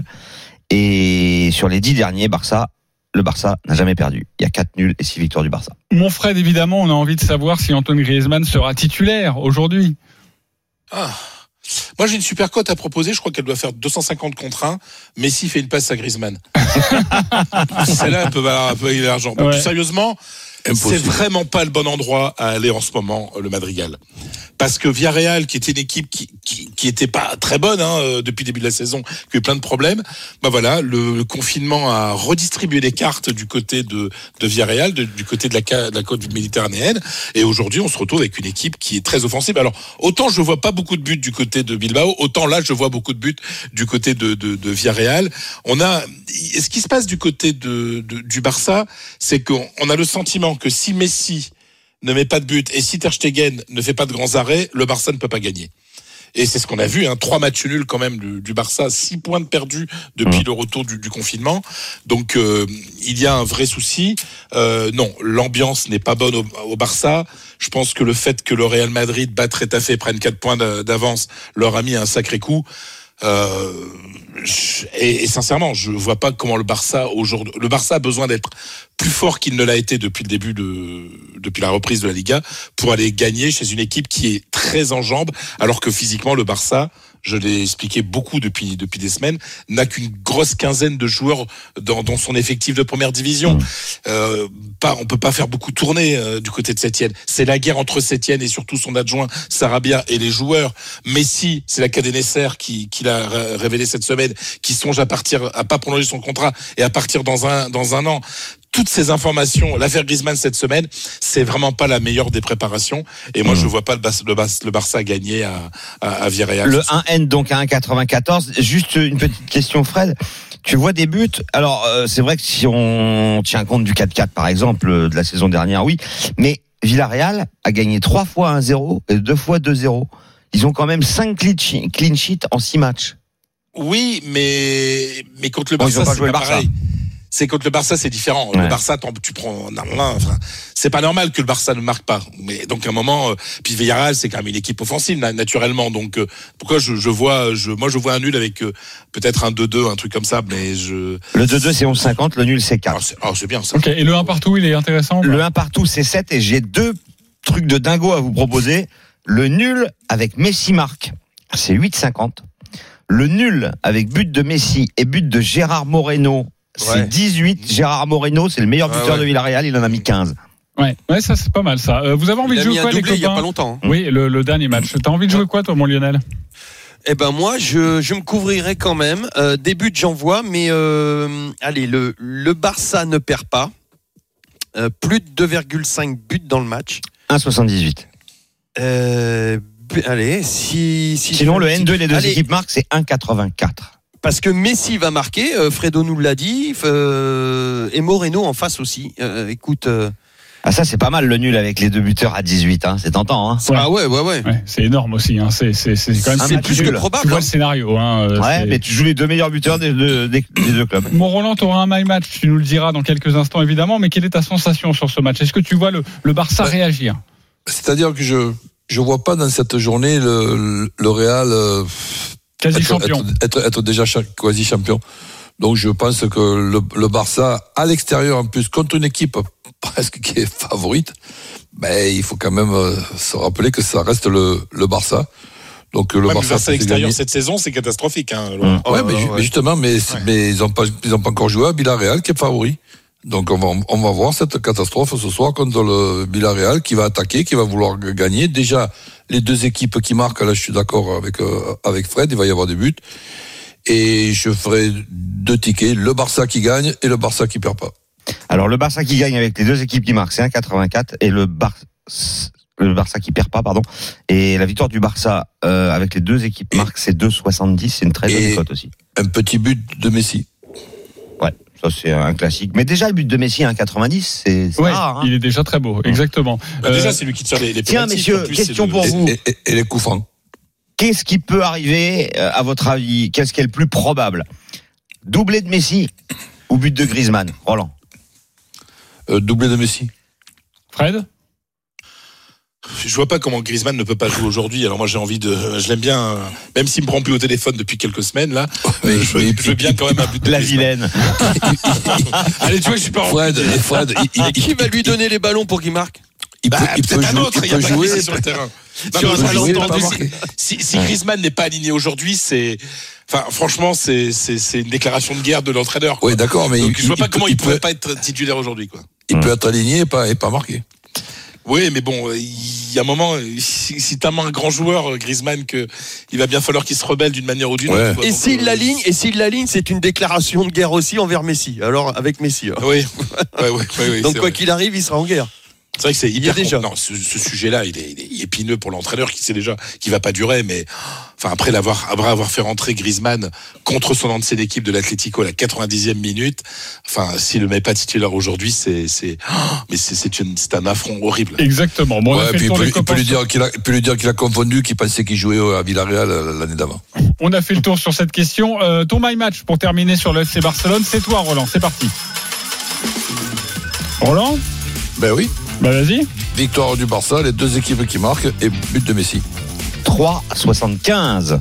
Speaker 5: Et sur les dix derniers, Barça, le Barça n'a jamais perdu. Il y a quatre nuls et six victoires du Barça.
Speaker 3: Mon Fred, évidemment, on a envie de savoir si Antoine Griezmann sera titulaire aujourd'hui.
Speaker 7: Ah. Moi, j'ai une super cote à proposer. Je crois qu'elle doit faire deux cent cinquante contre un. Messi fait une passe à Griezmann. Celle-là, elle peut valoir un peu l'argent.
Speaker 3: Ouais.
Speaker 7: Plus sérieusement,
Speaker 6: Impossible.
Speaker 7: c'est vraiment pas le bon endroit à aller en ce moment, le Madrigal. Parce que Villarreal, qui était une équipe qui, qui, qui était pas très bonne, hein, euh, depuis le début de la saison, qui a eu plein de problèmes, bah voilà, le, le confinement a redistribué les cartes du côté de, de Villarreal, de, du côté de la, de la côte méditerranéenne. Et aujourd'hui, on se retrouve avec une équipe qui est très offensive. Alors, autant je vois pas beaucoup de buts du côté de Bilbao, autant là, je vois beaucoup de buts du côté de, de, de Villarreal. On a, et ce qui se passe du côté de, de, du Barça, c'est qu'on on a le sentiment que si Messi ne met pas de but et si Ter Stegen ne fait pas de grands arrêts, le Barça ne peut pas gagner. Et c'est ce qu'on a vu, hein, trois matchs nuls quand même du, du Barça, six points de perdus depuis mmh. le retour du, du confinement. Donc euh, il y a un vrai souci. Euh, non, l'ambiance n'est pas bonne au, au Barça. Je pense que le fait que le Real Madrid batte Retafe et prenne quatre points d'avance leur a mis un sacré coup. Euh, et, et sincèrement, je vois pas comment le Barça aujourd'hui, le Barça a besoin d'être plus fort qu'il ne l'a été depuis le début de, depuis la reprise de la Liga pour aller gagner chez une équipe qui est très en jambes, alors que physiquement le Barça, je l'ai expliqué beaucoup depuis depuis des semaines, n'a qu'une grosse quinzaine de joueurs dans, dans son effectif de première division. Mmh. Euh, pas, on peut pas faire beaucoup tourner euh, du côté de Sétienne. C'est la guerre entre Sétienne et surtout son adjoint Sarabia et les joueurs. Messi, c'est la Cadenesser qui, qui l'a révélé cette semaine, qui songe à partir, à pas prolonger son contrat et à partir dans un dans un an. Toutes ces informations, l'affaire Griezmann cette semaine, c'est vraiment pas la meilleure des préparations. Et moi, mmh. je vois pas le, Bas, le, Bas, le Barça gagner à, à, à Villarreal.
Speaker 5: Le un N donc à un virgule quatre-vingt-quatorze. Juste une petite question, Fred. Tu vois des buts. Alors, euh, c'est vrai que si on tient compte du quatre quatre, par exemple, euh, de la saison dernière, oui. Mais Villarreal a gagné trois fois un zéro et deux fois deux zéro. Ils ont quand même cinq clean sheets en six matchs.
Speaker 7: Oui, mais, mais contre le Barça,
Speaker 5: bon,
Speaker 7: c'est pas pareil. C'est contre le Barça, c'est différent. Ouais. Le Barça, tu prends un, enfin, c'est pas normal que le Barça ne marque pas. Mais donc à un moment, euh, puis Villarreal, c'est quand même une équipe offensive naturellement. Donc euh, pourquoi je, je vois, je, moi je vois un nul avec euh, peut-être un deux deux, un truc comme ça. Mais je.
Speaker 5: Le deux deux c'est onze cinquante, le nul c'est quatre.
Speaker 7: Ah, c'est, ah, c'est bien ça.
Speaker 3: Ok. Et le un partout, il est intéressant.
Speaker 5: Le un partout c'est sept et j'ai deux trucs de dingo à vous proposer. Le nul avec Messi marque, c'est huit cinquante. Le nul avec but de Messi et but de Gérard Moreno. C'est ouais. dix-huit. Gérard Moreno, c'est le meilleur buteur ah ouais. de Villarreal. Il en a mis quinze.
Speaker 3: Ouais, ouais, ça c'est pas mal ça. Euh, vous avez envie
Speaker 8: il
Speaker 3: de jouer quoi les copains ?
Speaker 8: Il y a pas longtemps. Hein.
Speaker 3: Oui, le, le dernier match. T'as envie de jouer quoi toi, mon Lionel ?
Speaker 8: Eh ben moi, je, je me couvrirai quand même. Euh, des buts, j'en vois, mais euh, allez, le, le Barça ne perd pas. Euh, plus de deux virgule cinq buts dans le match.
Speaker 5: un virgule soixante-dix-huit.
Speaker 8: Euh, allez, si, si
Speaker 5: sinon le N deux, les deux allez. équipes marquent, c'est un virgule quatre-vingt-quatre.
Speaker 8: Parce que Messi va marquer, euh, Fredo nous l'a dit, euh, et Moreno en face aussi. Euh, écoute. Euh...
Speaker 5: Ah ça c'est pas mal le nul avec les deux buteurs à dix-huit, hein. C'est tentant. Hein.
Speaker 8: Ouais. Ah ouais, ouais, ouais,
Speaker 3: ouais. C'est énorme aussi. Hein. C'est, c'est, c'est quand même
Speaker 8: c'est plus nul. Que probable.
Speaker 3: Tu vois hein. le scénario. Hein.
Speaker 5: Ouais,
Speaker 3: c'est...
Speaker 5: mais tu joues les deux meilleurs buteurs des deux, des, des deux clubs.
Speaker 3: Mon Roland, tu auras un my match, tu nous le diras dans quelques instants évidemment. Mais quelle est ta sensation sur ce match ? Est-ce que tu vois le, le Barça ouais. réagir ?
Speaker 6: C'est-à-dire que je je vois pas dans cette journée le, le Real. Euh,
Speaker 3: Quasi
Speaker 6: être,
Speaker 3: champion.
Speaker 6: Être, être, être déjà quasi champion. Donc je pense que le, le Barça, à l'extérieur en plus, contre une équipe presque qui est favorite, ben, il faut quand même se rappeler que ça reste le, le Barça. Donc le
Speaker 7: ouais,
Speaker 6: Barça,
Speaker 7: le Barça à l'extérieur cette saison, c'est catastrophique. Hein,
Speaker 6: mmh. ouais, ouais, mais, ouais. mais justement, mais, ouais. mais ils n'ont pas, ils ont pas encore joué à Villarreal qui est favori. Donc on va, on va voir cette catastrophe ce soir contre le Villarreal qui va attaquer, qui va vouloir gagner. Déjà, les deux équipes qui marquent, là je suis d'accord avec, euh, avec Fred, il va y avoir des buts. Et je ferai deux tickets, le Barça qui gagne et le Barça qui perd pas.
Speaker 5: Alors le Barça qui gagne avec les deux équipes qui marquent, c'est un virgule quatre-vingt-quatre et le, Bar... le Barça qui perd pas, pardon. Et la victoire du Barça euh, avec les deux équipes qui marquent, c'est deux virgule soixante-dix, c'est une très bonne cote aussi.
Speaker 6: Un petit but de Messi.
Speaker 5: Ouais. Ça, c'est un classique. Mais déjà, le but de Messi à un virgule quatre-vingt-dix, c'est, c'est
Speaker 3: ouais,
Speaker 5: rare. Hein.
Speaker 3: Il est déjà très beau, exactement.
Speaker 7: Bah, euh, déjà, c'est lui qui tire les, les
Speaker 5: Tiens, messieurs,
Speaker 7: plus,
Speaker 5: question
Speaker 7: le...
Speaker 5: pour vous.
Speaker 6: Et, et, et les coups francs.
Speaker 5: Qu'est-ce qui peut arriver, à votre avis ? Qu'est-ce qui est le plus probable ? Doublé de Messi ou but de Griezmann ? Roland ?
Speaker 6: euh, Doublé de Messi.
Speaker 3: Fred ?
Speaker 7: Je vois pas comment Griezmann ne peut pas jouer aujourd'hui. Alors moi j'ai envie de, je l'aime bien, même s'il me prend plus au téléphone depuis quelques semaines là. Mais je, veux, je veux bien quand même un but de
Speaker 5: la
Speaker 7: Griezmann.
Speaker 5: vilaine.
Speaker 7: Allez, tu vois, je suis pas.
Speaker 6: Fred, Fred, il, il,
Speaker 8: et qui va lui donner les ballons pour qu'il marque ?
Speaker 7: Il peut, bah, il peut
Speaker 6: jouer,
Speaker 7: un autre,
Speaker 6: il peut jouer
Speaker 7: sur le terrain.
Speaker 6: Non, sur
Speaker 7: mais
Speaker 6: jouer,
Speaker 7: entendu, si, si Griezmann n'est pas aligné aujourd'hui, c'est, enfin, franchement, c'est, c'est, c'est une déclaration de guerre de l'entraîneur.
Speaker 6: Oui, d'accord, mais
Speaker 7: donc
Speaker 6: il,
Speaker 7: je vois pas
Speaker 6: il
Speaker 7: comment
Speaker 6: peut,
Speaker 7: il pourrait
Speaker 6: peut,
Speaker 7: pas être titulaire aujourd'hui, quoi.
Speaker 6: Il mmh. peut être aligné et pas, et pas marqué.
Speaker 7: Oui, mais bon, il y a un moment, si, si t'as un grand joueur, Griezmann, que il va bien falloir qu'il se rebelle d'une manière ou d'une
Speaker 6: ouais.
Speaker 7: autre.
Speaker 8: Et s'il euh, l'aligne, et s'il l'aligne, c'est une déclaration de guerre aussi envers Messi. Alors avec Messi. Alors.
Speaker 7: Oui. ouais, ouais, ouais, ouais,
Speaker 8: donc quoi
Speaker 7: vrai.
Speaker 8: qu'il arrive, il sera en guerre.
Speaker 7: C'est vrai que c'est hyper
Speaker 8: déjà.
Speaker 7: Non, ce, ce sujet-là, il est, il est épineux pour l'entraîneur qui sait déjà qu'il va pas durer, mais enfin après l'avoir, après avoir fait rentrer Griezmann contre son ancienne équipe de l'Atlético à la quatre-vingt-dixième minute, enfin s'il le met pas titulaire aujourd'hui, c'est, c'est, mais c'est, c'est, une, c'est un affront horrible.
Speaker 3: Exactement. Bon,
Speaker 6: ouais, puis il, peut, il peut lui dire qu'il a, il peut lui dire qu'il a confondu, qu'il pensait qu'il jouait à Villarreal l'année d'avant.
Speaker 3: On a fait le tour sur cette question. Euh, ton my match pour terminer sur le F C Barcelone, c'est toi, Roland. C'est parti. Roland.
Speaker 6: Ben oui.
Speaker 3: Bah vas-y.
Speaker 6: Victoire du Barça, les deux équipes qui marquent et but de Messi.
Speaker 5: trois virgule soixante-quinze.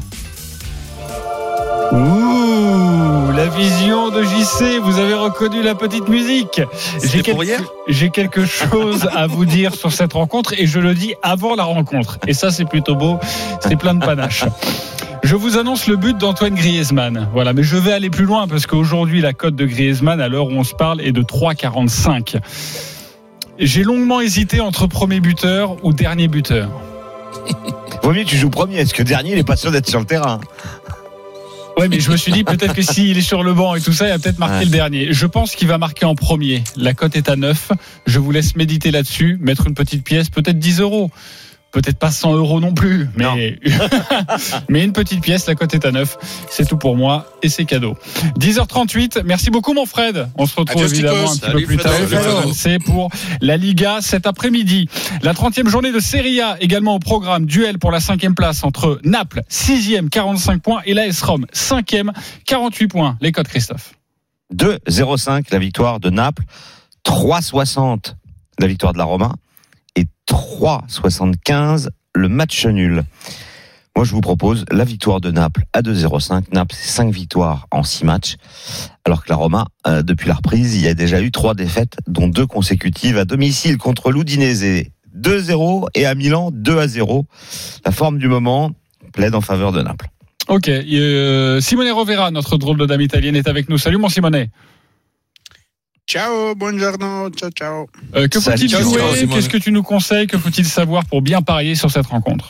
Speaker 3: Ouh, la vision de J C, vous avez reconnu la petite musique.
Speaker 8: J'ai, quel...
Speaker 3: J'ai quelque chose à vous dire sur cette rencontre et je le dis avant la rencontre. Et ça, c'est plutôt beau, c'est plein de panache. Je vous annonce le but d'Antoine Griezmann. Voilà, mais je vais aller plus loin parce qu'aujourd'hui, la cote de Griezmann, à l'heure où on se parle, est de trois virgule quarante-cinq. J'ai longuement hésité entre premier buteur ou dernier buteur.
Speaker 5: Vaut mieux que tu joues premier, parce que dernier, il n'est pas sûr d'être sur le terrain.
Speaker 3: Ouais, mais je me suis dit peut-être que s'il est sur le banc et tout ça, il va peut-être marquer ouais. le dernier. Je pense qu'il va marquer en premier. La cote est à neuf. Je vous laisse méditer là-dessus, mettre une petite pièce, peut-être dix euros. Peut-être pas cent euros non plus, mais, mais une petite pièce, la cote est à neuf. C'est tout pour moi et c'est cadeau. dix heures trente-huit, merci beaucoup mon Fred. On se retrouve
Speaker 7: Adios,
Speaker 3: évidemment
Speaker 7: Ticos.
Speaker 3: un petit peu plus tard.
Speaker 7: Salut,
Speaker 3: C'est pour la Liga cet après-midi. La trentième journée de Serie A également au programme. Duel pour la cinquième place entre Naples, sixième, quarante-cinq points, et l'A S Rome, cinquième, quarante-huit points. Les codes, Christophe.
Speaker 5: deux zéro cinq la victoire de Naples, trois soixante la victoire de la Roma et trois soixante-quinze le match nul. Moi, je vous propose la victoire de Naples à deux zéro cinq. Naples, c'est cinq victoires en six matchs. Alors que la Roma, euh, depuis la reprise, il y a déjà eu trois défaites, dont deux consécutives à domicile contre l'Udinese. deux zéro et à Milan, deux à zéro. La forme du moment plaide en faveur de Naples.
Speaker 3: Ok. Euh, Simone Rovera, notre drôle de dame italienne, est avec nous. Salut mon Simone.
Speaker 12: Ciao, buongiorno, ciao, ciao.
Speaker 3: Euh, que faut-il
Speaker 12: Salut,
Speaker 3: jouer?
Speaker 12: ciao,
Speaker 3: Qu'est-ce que tu nous conseilles? Que faut-il savoir pour bien parier sur cette rencontre?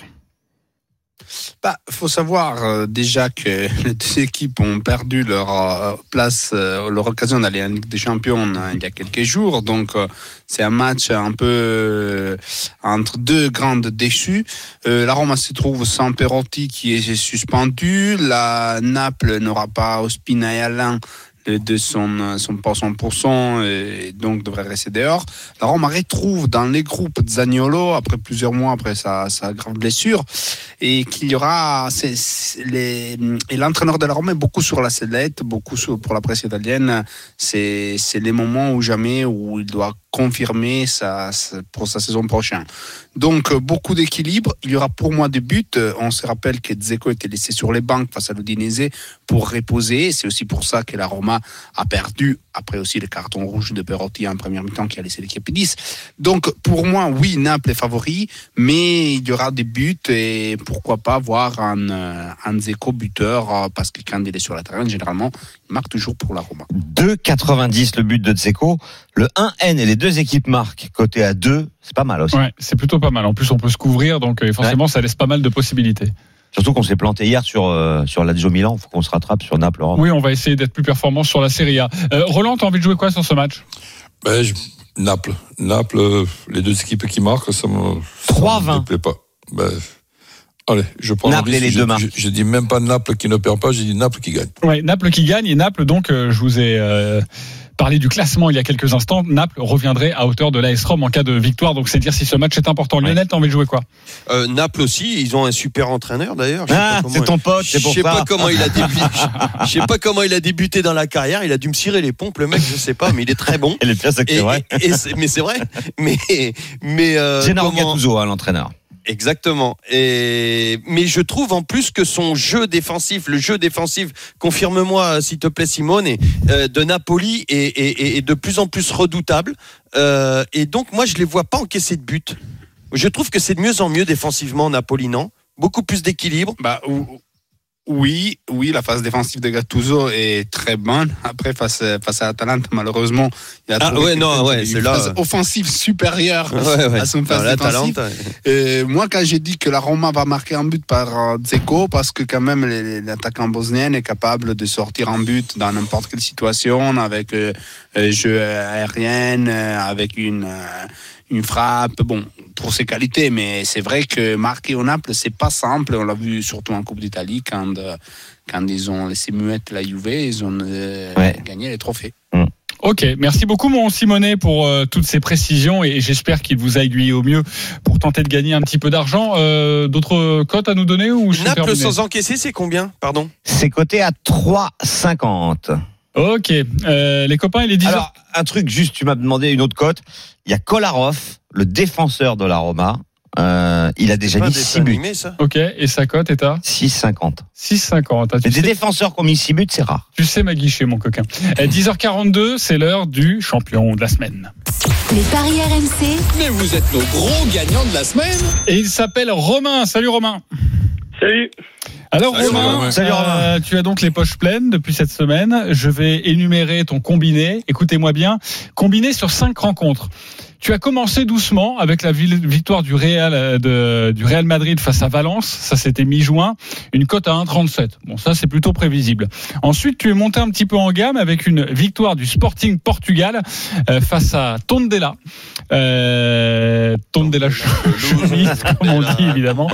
Speaker 12: Bah, faut savoir euh, déjà que les deux équipes ont perdu leur euh, place, euh, leur occasion d'aller en Ligue des Champions euh, il y a quelques jours. Donc, euh, c'est un match un peu euh, entre deux grandes déçues. Euh, la Roma se trouve sans Perotti qui est suspendu. La Naples n'aura pas Ospina et Alain de son, son pas cent pour cent et donc devrait rester dehors. La Roma retrouve dans les groupes Zaniolo après plusieurs mois après sa, sa grave blessure et qu'il y aura c'est, c'est les, et l'entraîneur de la Roma est beaucoup sur la sellette, beaucoup sur, pour la presse italienne. C'est, c'est les moments où jamais où il doit confirmer sa, sa, pour sa saison prochaine. Donc beaucoup d'équilibre. Il y aura pour moi des buts. On se rappelle que Dzeko était laissé sur les bancs face à l'Udinese pour reposer. C'est aussi pour ça que la Roma a perdu. Après aussi le carton rouge de Perotti en première mi-temps qui a laissé l'équipe dix. Donc pour moi, oui, Naples est favori, mais il y aura des buts et pourquoi pas voir un, un Dzeko buteur parce que quand il est sur la terrain, généralement, il marque toujours pour la Roma.
Speaker 5: deux quatre-vingt-dix le but de Dzeko. Le un N et les deux équipes marquent côté à deux, c'est pas mal aussi.
Speaker 3: Ouais, c'est plutôt pas mal. En plus, on peut se couvrir, donc forcément, ouais. Ça laisse pas mal de possibilités.
Speaker 5: Surtout qu'on s'est planté hier sur, euh, sur Lazio Milan. Il faut qu'on se rattrape sur Naples.
Speaker 3: Oui, on va essayer d'être plus performant sur la Serie A. Euh, Roland, t'as envie de jouer quoi sur ce match?
Speaker 6: ben, je, Naples. Naples, euh, les deux équipes qui marquent, ça me,
Speaker 5: trois vingt.
Speaker 6: Ça me plaît pas. Ben, allez, je prends
Speaker 5: Naples
Speaker 6: le risque.
Speaker 5: et les
Speaker 6: je,
Speaker 5: deux marques.
Speaker 6: Je, je dis même pas Naples qui ne perd pas, je dis Naples qui gagne.
Speaker 3: Oui, Naples qui gagne. Et Naples, donc, euh, je vous ai... Euh parler du classement il y a quelques instants. Naples reviendrait à hauteur de l'A S Rome en cas de victoire, donc c'est dire si ce match est important. Lionel, ouais. T'as envie de jouer quoi?
Speaker 8: euh, Naples aussi, ils ont un super entraîneur d'ailleurs.
Speaker 5: Ah, c'est ton pote, c'est pour ça.
Speaker 8: Je sais pas comment il a débuté. Je sais pas comment il a débuté dans la carrière. Il a dû me cirer les pompes, le mec, je sais pas, mais il est très bon.
Speaker 5: Et les pièces, c'est vrai.
Speaker 8: Et, et c'est, mais c'est vrai. Mais mais euh,
Speaker 5: Gennaro
Speaker 8: comment...
Speaker 5: Gattuso, hein, l'entraîneur.
Speaker 8: Exactement. Et mais je trouve en plus que son jeu défensif, le jeu défensif, confirme-moi s'il te plaît Simone, euh, de Napoli est, est, est de plus en plus redoutable. Euh, et donc moi je les vois pas encaisser de but. Je trouve que c'est de mieux en mieux défensivement Napoli, non? Beaucoup plus d'équilibre.
Speaker 12: Bah oui, oui, la phase défensive de Gattuso est très bonne. Après face face à Atalanta, malheureusement, il a
Speaker 8: ah ouais non ouais
Speaker 12: une
Speaker 8: c'est
Speaker 12: phase
Speaker 8: là
Speaker 12: offensive supérieure
Speaker 8: ouais, ouais.
Speaker 12: à son phase non, défensive. Et moi, quand j'ai dit que la Roma va marquer un but par Dzeko, parce que quand même l'attaquant bosnien est capable de sortir un but dans n'importe quelle situation, avec euh, jeu aérien, avec une euh, une frappe, bon, pour ses qualités, mais c'est vrai que marquer au Naples, c'est pas simple. On l'a vu surtout en Coupe d'Italie quand, quand ils ont laissé muette la Juve, ils ont euh, ouais. gagné les trophées.
Speaker 5: Mmh.
Speaker 3: Ok, merci beaucoup mon Simonet pour euh, toutes ces précisions et j'espère qu'il vous a aiguillé au mieux pour tenter de gagner un petit peu d'argent. Euh, d'autres cotes à nous donner ou je
Speaker 8: Naples sans encaisser, c'est combien? Pardon.
Speaker 5: C'est coté à trois cinquante.
Speaker 3: Ok, euh, les copains, il est dix heures.
Speaker 5: Alors, un truc juste, tu m'as demandé une autre cote. Il y a Kolarov, le défenseur de la Roma. Euh, il a déjà mis six buts.
Speaker 8: Animé, ça.
Speaker 3: Ok, et sa cote est à
Speaker 5: six cinquante.
Speaker 3: six cinquante. Ah,
Speaker 5: des sais... défenseurs qui ont mis six buts, c'est rare.
Speaker 3: Tu sais m'aguicher, mon coquin. dix heures quarante-deux, c'est l'heure du champion de la semaine.
Speaker 1: Les paris R M C.
Speaker 2: Mais vous êtes nos gros gagnants de la semaine.
Speaker 3: Et il s'appelle Romain. Salut Romain.
Speaker 10: Salut.
Speaker 3: Alors
Speaker 6: Salut
Speaker 3: Romain,
Speaker 6: Romain.
Speaker 3: Salut, Romain. Euh, tu as donc les poches pleines depuis cette semaine. Je vais énumérer ton combiné. Écoutez-moi bien. Combiné sur cinq rencontres. Tu as commencé doucement avec la victoire du Real, de, du Real Madrid face à Valence. Ça, c'était mi-juin. Une cote à un virgule trente-sept. Bon, ça, c'est plutôt prévisible. Ensuite, tu es monté un petit peu en gamme avec une victoire du Sporting Portugal euh, face à Tondela. Euh, Tondela Chemise, comme on dit, évidemment.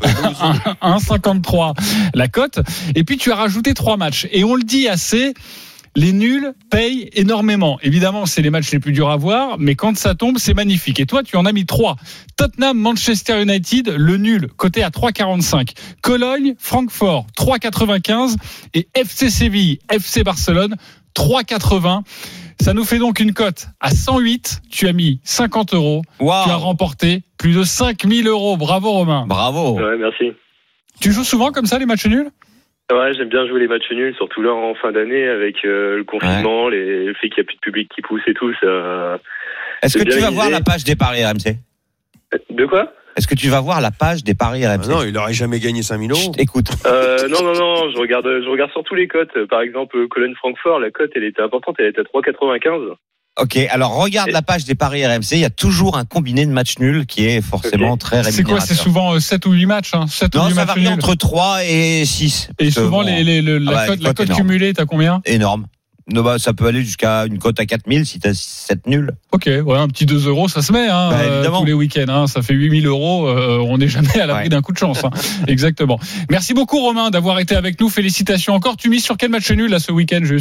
Speaker 3: un virgule cinquante-trois la cote. Et puis, tu as rajouté trois matchs. Et on le dit assez... Les nuls payent énormément. Évidemment, c'est les matchs les plus durs à voir, mais quand ça tombe, c'est magnifique. Et toi, tu en as mis trois. Tottenham, Manchester United, le nul, coté à trois virgule quarante-cinq. Cologne, Francfort, trois virgule quatre-vingt-quinze. Et F C Séville, F C Barcelone, trois virgule quatre-vingts. Ça nous fait donc une cote à cent huit. Tu as mis cinquante euros. Wow. Tu as remporté plus de cinq mille euros. Bravo, Romain.
Speaker 5: Bravo.
Speaker 10: Ouais, merci.
Speaker 3: Tu joues souvent comme ça, les matchs nuls ?
Speaker 10: Ouais, j'aime bien jouer les matchs nuls, surtout là en fin d'année avec euh, le confinement, ouais. les, le fait qu'il n'y a plus de public qui pousse et tout. Ça,
Speaker 5: Est-ce que tu vas voir la page des paris R M C ?
Speaker 10: De quoi ?
Speaker 5: Est-ce que tu vas voir la page des paris R M C ?
Speaker 8: Ah non, il n'aurait jamais gagné cinq mille euros.
Speaker 5: Écoute.
Speaker 10: Euh, non, non, non, je regarde, je regarde surtout les cotes. Par exemple, Cologne-Francfort, la cote, elle était importante, elle était à trois virgule quatre-vingt-quinze.
Speaker 5: Ok, alors regarde et... la page des paris R M C, il y a toujours un combiné de matchs nuls qui est forcément okay. très rémunérateur.
Speaker 3: C'est quoi ? C'est souvent sept ou huit matchs hein sept
Speaker 5: Non,
Speaker 3: ou huit
Speaker 5: ça
Speaker 3: matchs
Speaker 5: varie
Speaker 3: nuls.
Speaker 5: entre trois et six.
Speaker 3: Et souvent, bon, les, les, les, la, ah bah, cote, la cote cumulée, t'as combien ?
Speaker 5: Énorme. Non, bah, ça peut aller jusqu'à une cote à quatre mille si t'as sept nuls.
Speaker 3: Ok, ouais, un petit deux euros, ça se met hein,
Speaker 5: bah,
Speaker 3: euh, tous les week-ends. Hein, ça fait huit mille euros, euh, on n'est jamais à l'abri ouais. d'un coup de chance. Hein. Exactement. Merci beaucoup Romain d'avoir été avec nous. Félicitations encore. Tu mises sur quel match nul là ce week-end juste ?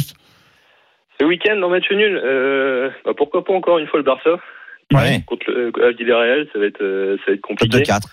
Speaker 10: Ce week-end, dans match nul, euh, bah pourquoi pas encore une fois le Barça
Speaker 5: ouais.
Speaker 10: contre le euh, Villarreal, ça va être, euh, ça va être compliqué.
Speaker 5: Cote de quatre.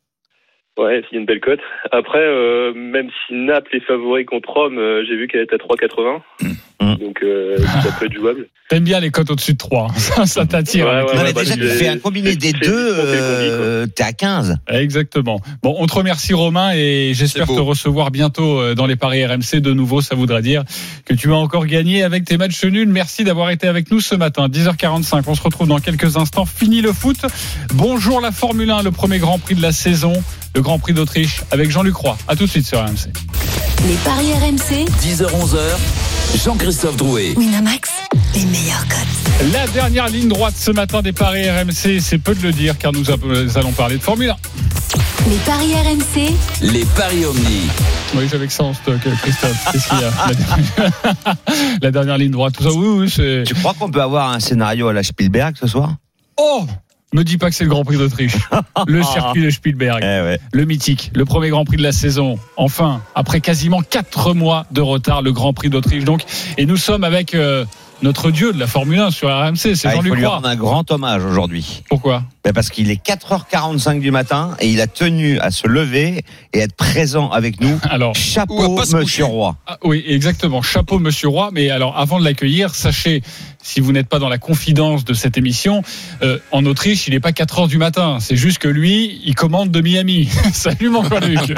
Speaker 10: Ouais, c'est une belle cote. Après, euh, même si Naples est favori contre Rome, euh, j'ai vu qu'elle était à trois virgule quatre-vingts. Mmh. Donc, euh, ça peut être jouable.
Speaker 3: T'aimes bien les cotes au-dessus de trois. Ça, ça t'attire.
Speaker 5: Ouais, ouais, ouais, bah, déjà, tu fais un combiné des deux, euh, t'es à quinze.
Speaker 3: Exactement. Bon, on te remercie, Romain, et j'espère te recevoir bientôt dans les paris R M C. De nouveau, ça voudra dire que tu vas encore gagner avec tes matchs nuls. Merci d'avoir été avec nous ce matin. dix heures quarante-cinq. On se retrouve dans quelques instants. Fini le foot. Bonjour la Formule un, le premier Grand Prix de la saison. Le Grand Prix d'Autriche avec Jean-Luc Roy. À tout de suite sur R M C.
Speaker 1: Les paris R M C.
Speaker 13: dix heures onze heures. Jean-Christophe Drouet.
Speaker 1: Winamax, les meilleurs cotes.
Speaker 3: La dernière ligne droite ce matin des paris R M C, c'est peu de le dire car nous allons parler de Formule un.
Speaker 1: Les paris R M C.
Speaker 13: Les paris Omni.
Speaker 3: Oui, j'avais que ça en stock, Christophe. Qu'est-ce qu'il y a ? La dernière... La dernière ligne droite, tout ça. Oui, oui, c'est...
Speaker 5: Tu crois qu'on peut avoir un scénario à la Spielberg ce soir ?
Speaker 3: Oh ! Me dis pas que c'est le Grand Prix d'Autriche. Le circuit de Spielberg.
Speaker 5: Eh ouais.
Speaker 3: Le mythique. Le premier Grand Prix de la saison. Enfin, après quasiment quatre mois de retard, le Grand Prix d'Autriche. Donc, et nous sommes avec euh, notre dieu de la Formule un sur R M C. C'est
Speaker 5: ah,
Speaker 3: Jean-Luc Roy.
Speaker 5: Il faut lui rendre un grand hommage aujourd'hui.
Speaker 3: Pourquoi ?
Speaker 5: Ben parce qu'il est quatre heures quarante-cinq du matin et il a tenu à se lever et être présent avec nous. Alors, chapeau, Monsieur Roy.
Speaker 3: Ah, oui, exactement. Chapeau, Monsieur Roy. Mais alors, avant de l'accueillir, sachez, si vous n'êtes pas dans la confidence de cette émission, euh, en Autriche, il n'est pas quatre heures du matin. C'est juste que lui, il commande de Miami. Salut mon Jean-Luc.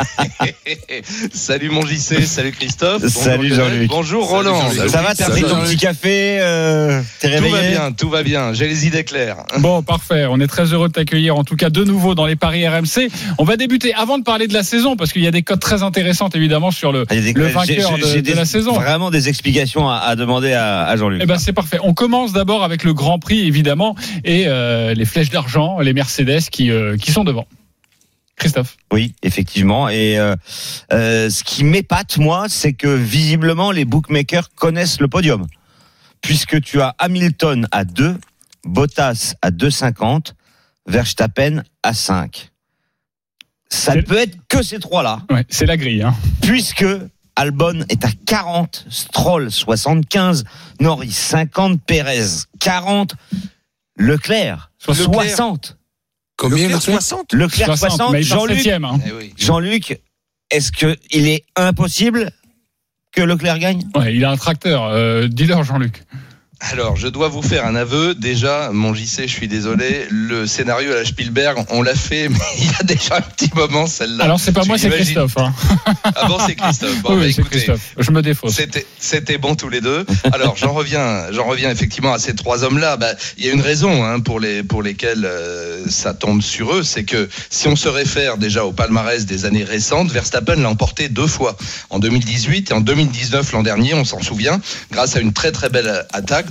Speaker 14: Salut mon J C, salut Christophe. Bonjour
Speaker 5: salut Jean-Luc.
Speaker 14: Bonjour Roland.
Speaker 5: Salut Jean-Luc. Ça va, t'as pris ton petit café euh, T'es réveillé ?
Speaker 14: Tout va bien, tout va bien. J'ai les idées claires.
Speaker 3: Bon, parfait. On est très heureux de t'accueillir, en tout cas de nouveau dans les paris R M C. On va débuter avant de parler de la saison, parce qu'il y a des codes très intéressantes évidemment sur le, des, le vainqueur j'ai, j'ai de, des, de la saison.
Speaker 5: Vraiment des explications à, à demander à, à Jean-Luc.
Speaker 3: Eh ben c'est parfait. On commence d'abord avec le Grand Prix évidemment et euh, les flèches d'argent, les Mercedes qui euh, qui sont devant. Christophe.
Speaker 5: Oui, effectivement. Et euh, euh, ce qui m'épate moi, c'est que visiblement les bookmakers connaissent le podium, puisque tu as Hamilton à deux. Bottas à deux virgule cinquante, Verstappen à cinq. Ça ne peut être que ces trois-là.
Speaker 3: Ouais, c'est la grille. Hein.
Speaker 5: Puisque Albon est à quarante, Stroll soixante-quinze, Norris cinquante, Pérez quarante, Leclerc, Leclerc. soixante.
Speaker 6: Combien
Speaker 5: Leclerc soixante Leclerc soixante, soixante. Jean-Luc,
Speaker 3: hein.
Speaker 5: eh oui. Jean-Luc, est-ce qu'il est impossible que Leclerc gagne ?
Speaker 3: Ouais, il a un tracteur. Euh, dis-leur, Jean-Luc.
Speaker 14: Alors, je dois vous faire un aveu. Déjà, mon J C, je suis désolé, le scénario à la Spielberg, on l'a fait, mais il y a déjà un petit moment, celle-là.
Speaker 3: Alors, c'est pas moi, c'est Christophe. Hein.
Speaker 14: Ah bon, c'est Christophe. Bon,
Speaker 3: oui,
Speaker 14: bah,
Speaker 3: c'est
Speaker 14: écoutez,
Speaker 3: Christophe. Je me défausse.
Speaker 14: C'était, c'était bon tous les deux. Alors, j'en reviens, j'en reviens effectivement à ces trois hommes-là. Bah, il y a une raison hein, pour les pour lesquelles euh, ça tombe sur eux, c'est que si on se réfère déjà au palmarès des années récentes, Verstappen l'a emporté deux fois, en deux mille dix-huit et en deux mille dix-neuf l'an dernier, on s'en souvient, grâce à une très très belle attaque.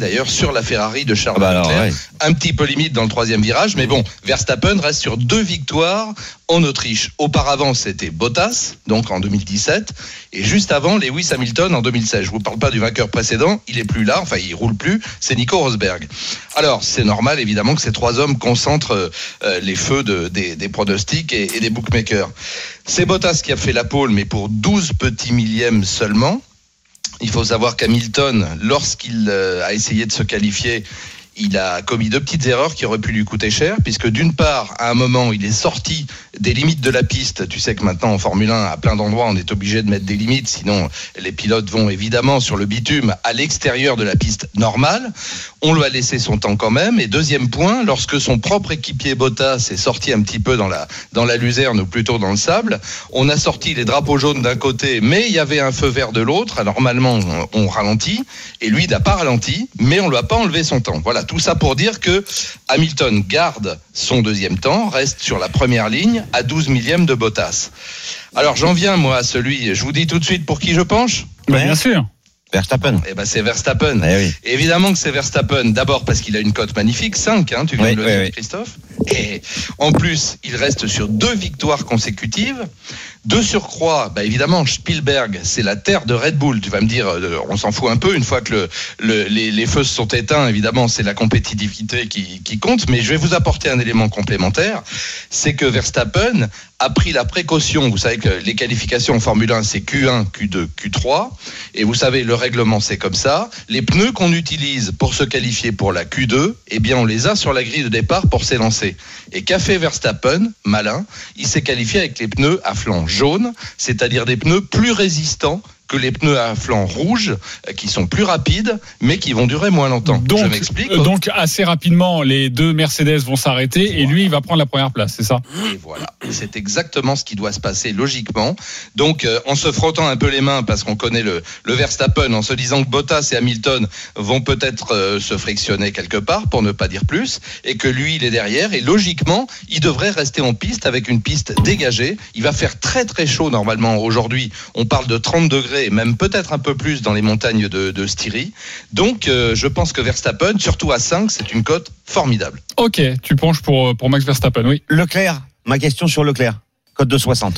Speaker 14: d'ailleurs sur la Ferrari de Charles
Speaker 5: bah alors,
Speaker 14: Leclerc.
Speaker 5: ouais.
Speaker 14: Un petit peu limite dans le troisième virage, mais bon, Verstappen reste sur deux victoires en Autriche. Auparavant, c'était Bottas, donc en deux mille dix-sept, et juste avant, Lewis Hamilton en deux mille seize. Je vous parle pas du vainqueur précédent, il est plus là, enfin il roule plus, c'est Nico Rosberg. Alors, c'est normal évidemment que ces trois hommes concentrent euh, les feux de, des, des pronostics et, et des bookmakers. C'est Bottas qui a fait la pole, mais pour douze petits millièmes seulement. Il faut savoir qu'Hamilton, lorsqu'il euh, a essayé de se qualifier, il a commis deux petites erreurs qui auraient pu lui coûter cher, puisque d'une part, à un moment, il est sorti des limites de la piste. Tu sais que maintenant, en Formule un, à plein d'endroits, on est obligé de mettre des limites, sinon les pilotes vont évidemment sur le bitume à l'extérieur de la piste normale. On lui a laissé son temps quand même. Et deuxième point, lorsque son propre équipier Bottas est sorti un petit peu dans la, dans la luzerne, ou plutôt dans le sable, on a sorti les drapeaux jaunes d'un côté, mais il y avait un feu vert de l'autre. Alors, normalement, on, on ralentit, et lui, il n'a pas ralenti, mais on lui a pas enlevé son temps. Voilà. Tout ça pour dire que Hamilton garde son deuxième temps, reste sur la première ligne à douze millièmes de Bottas. Alors j'en viens moi à celui, je vous dis tout de suite pour qui je penche.
Speaker 3: Ouais. Bien sûr.
Speaker 5: Verstappen.
Speaker 14: Eh ben c'est Verstappen.
Speaker 5: Eh oui.
Speaker 14: Évidemment que c'est Verstappen. D'abord parce qu'il a une cote magnifique, cinq, hein, tu viens
Speaker 5: oui,
Speaker 14: de le
Speaker 5: oui,
Speaker 14: dire,
Speaker 5: oui.
Speaker 14: Christophe. Et en plus, il reste sur deux victoires consécutives. De surcroît, bah évidemment, Spielberg, c'est la terre de Red Bull. Tu vas me dire, on s'en fout un peu une fois que le, le, les, les feux se sont éteints. Évidemment, c'est la compétitivité qui, qui compte. Mais je vais vous apporter un élément complémentaire. C'est que Verstappen a pris la précaution. Vous savez que les qualifications en Formule un, c'est Q un, Q deux, Q trois. Et vous savez, le règlement, c'est comme ça. Les pneus qu'on utilise pour se qualifier pour la Q deux, eh bien, on les a sur la grille de départ pour s'élancer. Et qu'a fait Verstappen, malin, il s'est qualifié avec les pneus à flanc jaune, c'est-à-dire des pneus plus résistants que les pneus à flanc rouge, qui sont plus rapides, mais qui vont durer moins longtemps.
Speaker 3: Donc,
Speaker 14: Je m'explique.
Speaker 3: euh, donc assez rapidement, les deux Mercedes vont s'arrêter voilà. Et lui, il va prendre la première place, c'est ça ?
Speaker 14: Et voilà, c'est exactement ce qui doit se passer logiquement. Donc, euh, en se frottant un peu les mains, parce qu'on connaît le, le Verstappen, en se disant que Bottas et Hamilton vont peut-être euh, se frictionner quelque part, pour ne pas dire plus, et que lui, il est derrière, et logiquement, il devrait rester en piste avec une piste dégagée. Il va faire très très chaud normalement aujourd'hui. On parle de trente degrés, et même peut-être un peu plus dans les montagnes de, de Styrie. Donc, euh, je pense que Verstappen, surtout à cinq, c'est une cote formidable.
Speaker 3: Ok, tu penches pour, pour Max Verstappen, oui.
Speaker 5: Leclerc, ma question sur Leclerc, cote de soixante.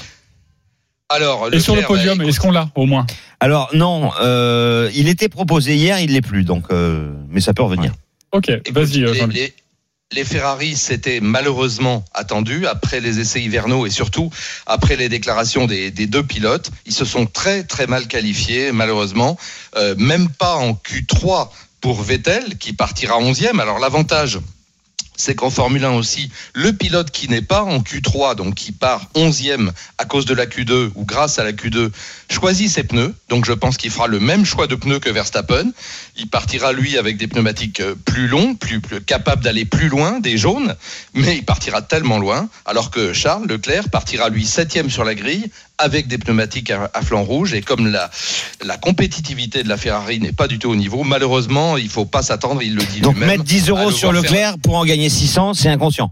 Speaker 14: Alors,
Speaker 3: et Leclerc, sur le podium, bah, est-ce qu'on l'a au moins ?
Speaker 5: Alors non, euh, il était proposé hier, il ne l'est plus, donc, euh, mais ça peut revenir.
Speaker 3: Ouais. Ok,
Speaker 14: écoute,
Speaker 3: vas-y.
Speaker 14: Les, les, les Ferrari, c'était malheureusement attendu après les essais hivernaux et surtout après les déclarations des, des deux pilotes. Ils se sont très très mal qualifiés, malheureusement. Euh, même pas en Q trois pour Vettel, qui partira onzième. Alors l'avantage, c'est qu'en Formule un aussi, le pilote qui n'est pas en Q trois, donc qui part onzième à cause de la Q deux ou grâce à la Q deux, choisit ses pneus. Donc je pense qu'il fera le même choix de pneus que Verstappen. Il partira lui avec des pneumatiques plus longs, plus, plus capables d'aller plus loin, des jaunes, mais il partira tellement loin, alors que Charles Leclerc partira lui septième sur la grille avec des pneumatiques à, à flanc rouge. Et comme la, la compétitivité de la Ferrari n'est pas du tout au niveau, malheureusement, il ne faut pas s'attendre, il le dit
Speaker 5: donc
Speaker 14: lui-même.
Speaker 5: Donc mettre dix euros sur Leclerc faire... pour en gagner six cents, c'est inconscient.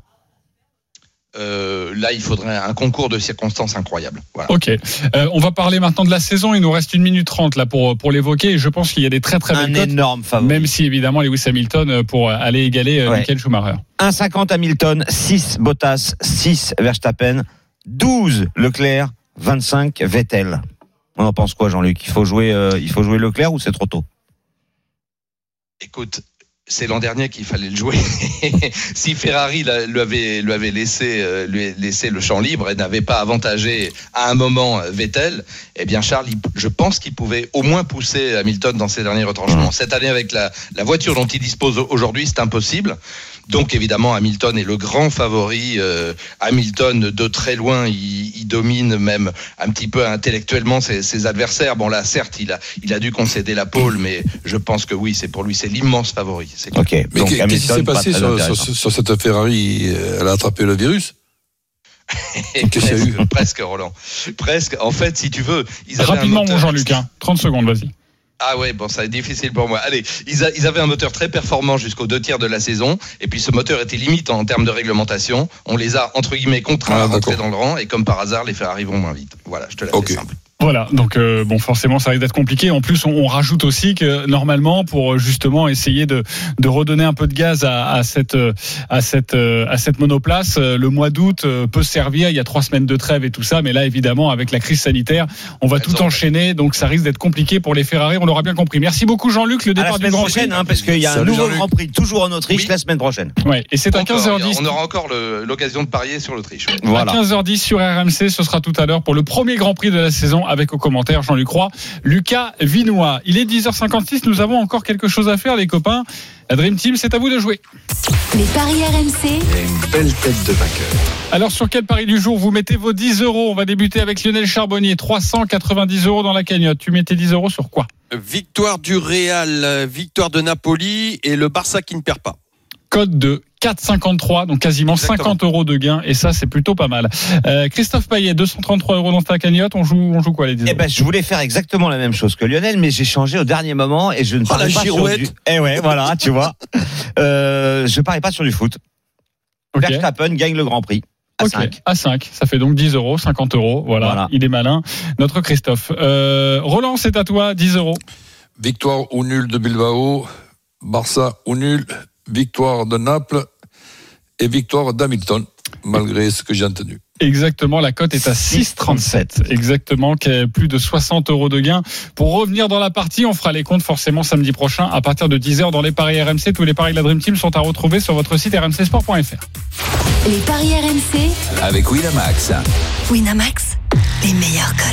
Speaker 14: Euh, là, il faudrait un concours de circonstances incroyable. Voilà.
Speaker 3: Ok. Euh, on va parler maintenant de la saison. Il nous reste une minute trente là pour pour l'évoquer. Et je pense qu'il y a des très très belles cotes.
Speaker 5: Un énorme favori.
Speaker 3: Même si évidemment Lewis Hamilton pour aller égaler ouais. Michael Schumacher.
Speaker 5: un virgule cinquante Hamilton, six Bottas, six Verstappen, douze Leclerc, vingt-cinq Vettel. On en pense quoi, Jean-Luc ? Il faut jouer, euh, il faut jouer Leclerc ou c'est trop tôt ?
Speaker 14: Écoute. C'est l'an dernier qu'il fallait le jouer. Si Ferrari lui avait, lui avait laissé, euh, lui laissé le champ libre et n'avait pas avantagé à un moment Vettel, eh bien Charles, il, je pense qu'il pouvait au moins pousser Hamilton dans ses derniers retranchements. Cette année, avec la, la voiture dont il dispose aujourd'hui, c'est impossible. Donc évidemment, Hamilton est le grand favori. Euh, Hamilton, de très loin, il, il domine même un petit peu intellectuellement ses, ses adversaires. Bon là, certes, il a, il a dû concéder la pole, mais je pense que oui, c'est pour lui, c'est l'immense favori. C'est
Speaker 5: ok.
Speaker 6: Mais donc, qu'est-ce qui s'est passé sur, sur, sur cette Ferrari ? Elle a attrapé le virus ?
Speaker 14: presque, presque, Roland. Presque. En fait, si tu veux, ils avaient
Speaker 3: rapidement,
Speaker 14: un moteur...
Speaker 3: mon Jean-Luc. Hein. trente secondes, vas-y.
Speaker 14: Ah ouais, bon, ça va être difficile pour moi. Allez, ils, a, ils avaient un moteur très performant jusqu'aux deux tiers de la saison, et puis ce moteur était limite en termes de réglementation. On les a, entre guillemets, contraints ah, à rentrer dans le rang, et comme par hasard, les Ferrari vont moins vite. Voilà, je te la
Speaker 6: okay.
Speaker 14: fais simple.
Speaker 3: Voilà, donc euh, bon, forcément, ça risque d'être compliqué. En plus, on, on rajoute aussi que normalement, pour justement essayer de, de redonner un peu de gaz à, à cette à cette à cette monoplace, le mois d'août peut servir. Il y a trois semaines de trêve et tout ça, mais là, évidemment, avec la crise sanitaire, on va Elles tout enchaîner, donc ça risque d'être compliqué pour les Ferrari. On l'aura bien compris. Merci beaucoup, Jean-Luc. Le départ du Grand Prix,
Speaker 5: hein, parce qu'il y a Salut un nouveau Jean-Luc. Grand Prix toujours en Autriche oui. la semaine prochaine.
Speaker 3: Ouais, et c'est à quinze heures dix.
Speaker 14: On aura encore le, l'occasion de parier sur l'Autriche. Ouais.
Speaker 3: Voilà. À quinze heures dix sur R M C, ce sera tout à l'heure pour le premier Grand Prix de la saison, avec au commentaire Jean-Luc Roy, Lucas Vinois. Il est dix heures cinquante-six, nous avons encore quelque chose à faire, les copains. La Dream Team, c'est à vous de jouer.
Speaker 1: Les paris R M C.
Speaker 2: Il y a une belle tête de vainqueur.
Speaker 3: Alors, sur quel pari du jour vous mettez vos dix euros? On va débuter avec Lionel Charbonnier, trois cent quatre-vingt-dix euros dans la cagnotte. Tu mettais dix euros sur quoi?
Speaker 8: Victoire du Real, victoire de Napoli et le Barça qui ne perd pas.
Speaker 3: Code de quatre virgule cinquante-trois, donc quasiment Exactement. cinquante euros de gain, et ça c'est plutôt pas mal. Euh, Christophe Payet, deux cent trente-trois euros dans ta cagnotte. On joue, on joue quoi les dix euros?
Speaker 5: Eh ben, je voulais faire exactement la même chose que Lionel, mais j'ai changé au dernier moment et je ne
Speaker 8: oh,
Speaker 5: parie pas
Speaker 8: girouette.
Speaker 5: sur du. Eh ouais, voilà, tu vois. Euh, je parie pas sur du foot.
Speaker 3: Okay.
Speaker 5: Verstappen gagne le Grand Prix. À
Speaker 3: okay.
Speaker 5: cinq.
Speaker 3: À cinq, ça fait donc dix euros, cinquante euros. Voilà, voilà. Il est malin, notre Christophe. Euh, Roland, c'est à toi, dix euros.
Speaker 6: Victoire ou nul de Bilbao, Barça ou nul, victoire de Naples et victoire d'Hamilton, malgré ce que j'ai entendu.
Speaker 3: Exactement, la cote est à six virgule trente-sept. Exactement, qui est plus de soixante euros de gain. Pour revenir dans la partie, on fera les comptes forcément samedi prochain à partir de dix heures dans les paris R M C. Tous les paris de la Dream Team sont à retrouver sur votre site r m c sport point f r.
Speaker 1: Les paris R M C
Speaker 13: avec Winamax.
Speaker 1: Winamax, les meilleurs cotes.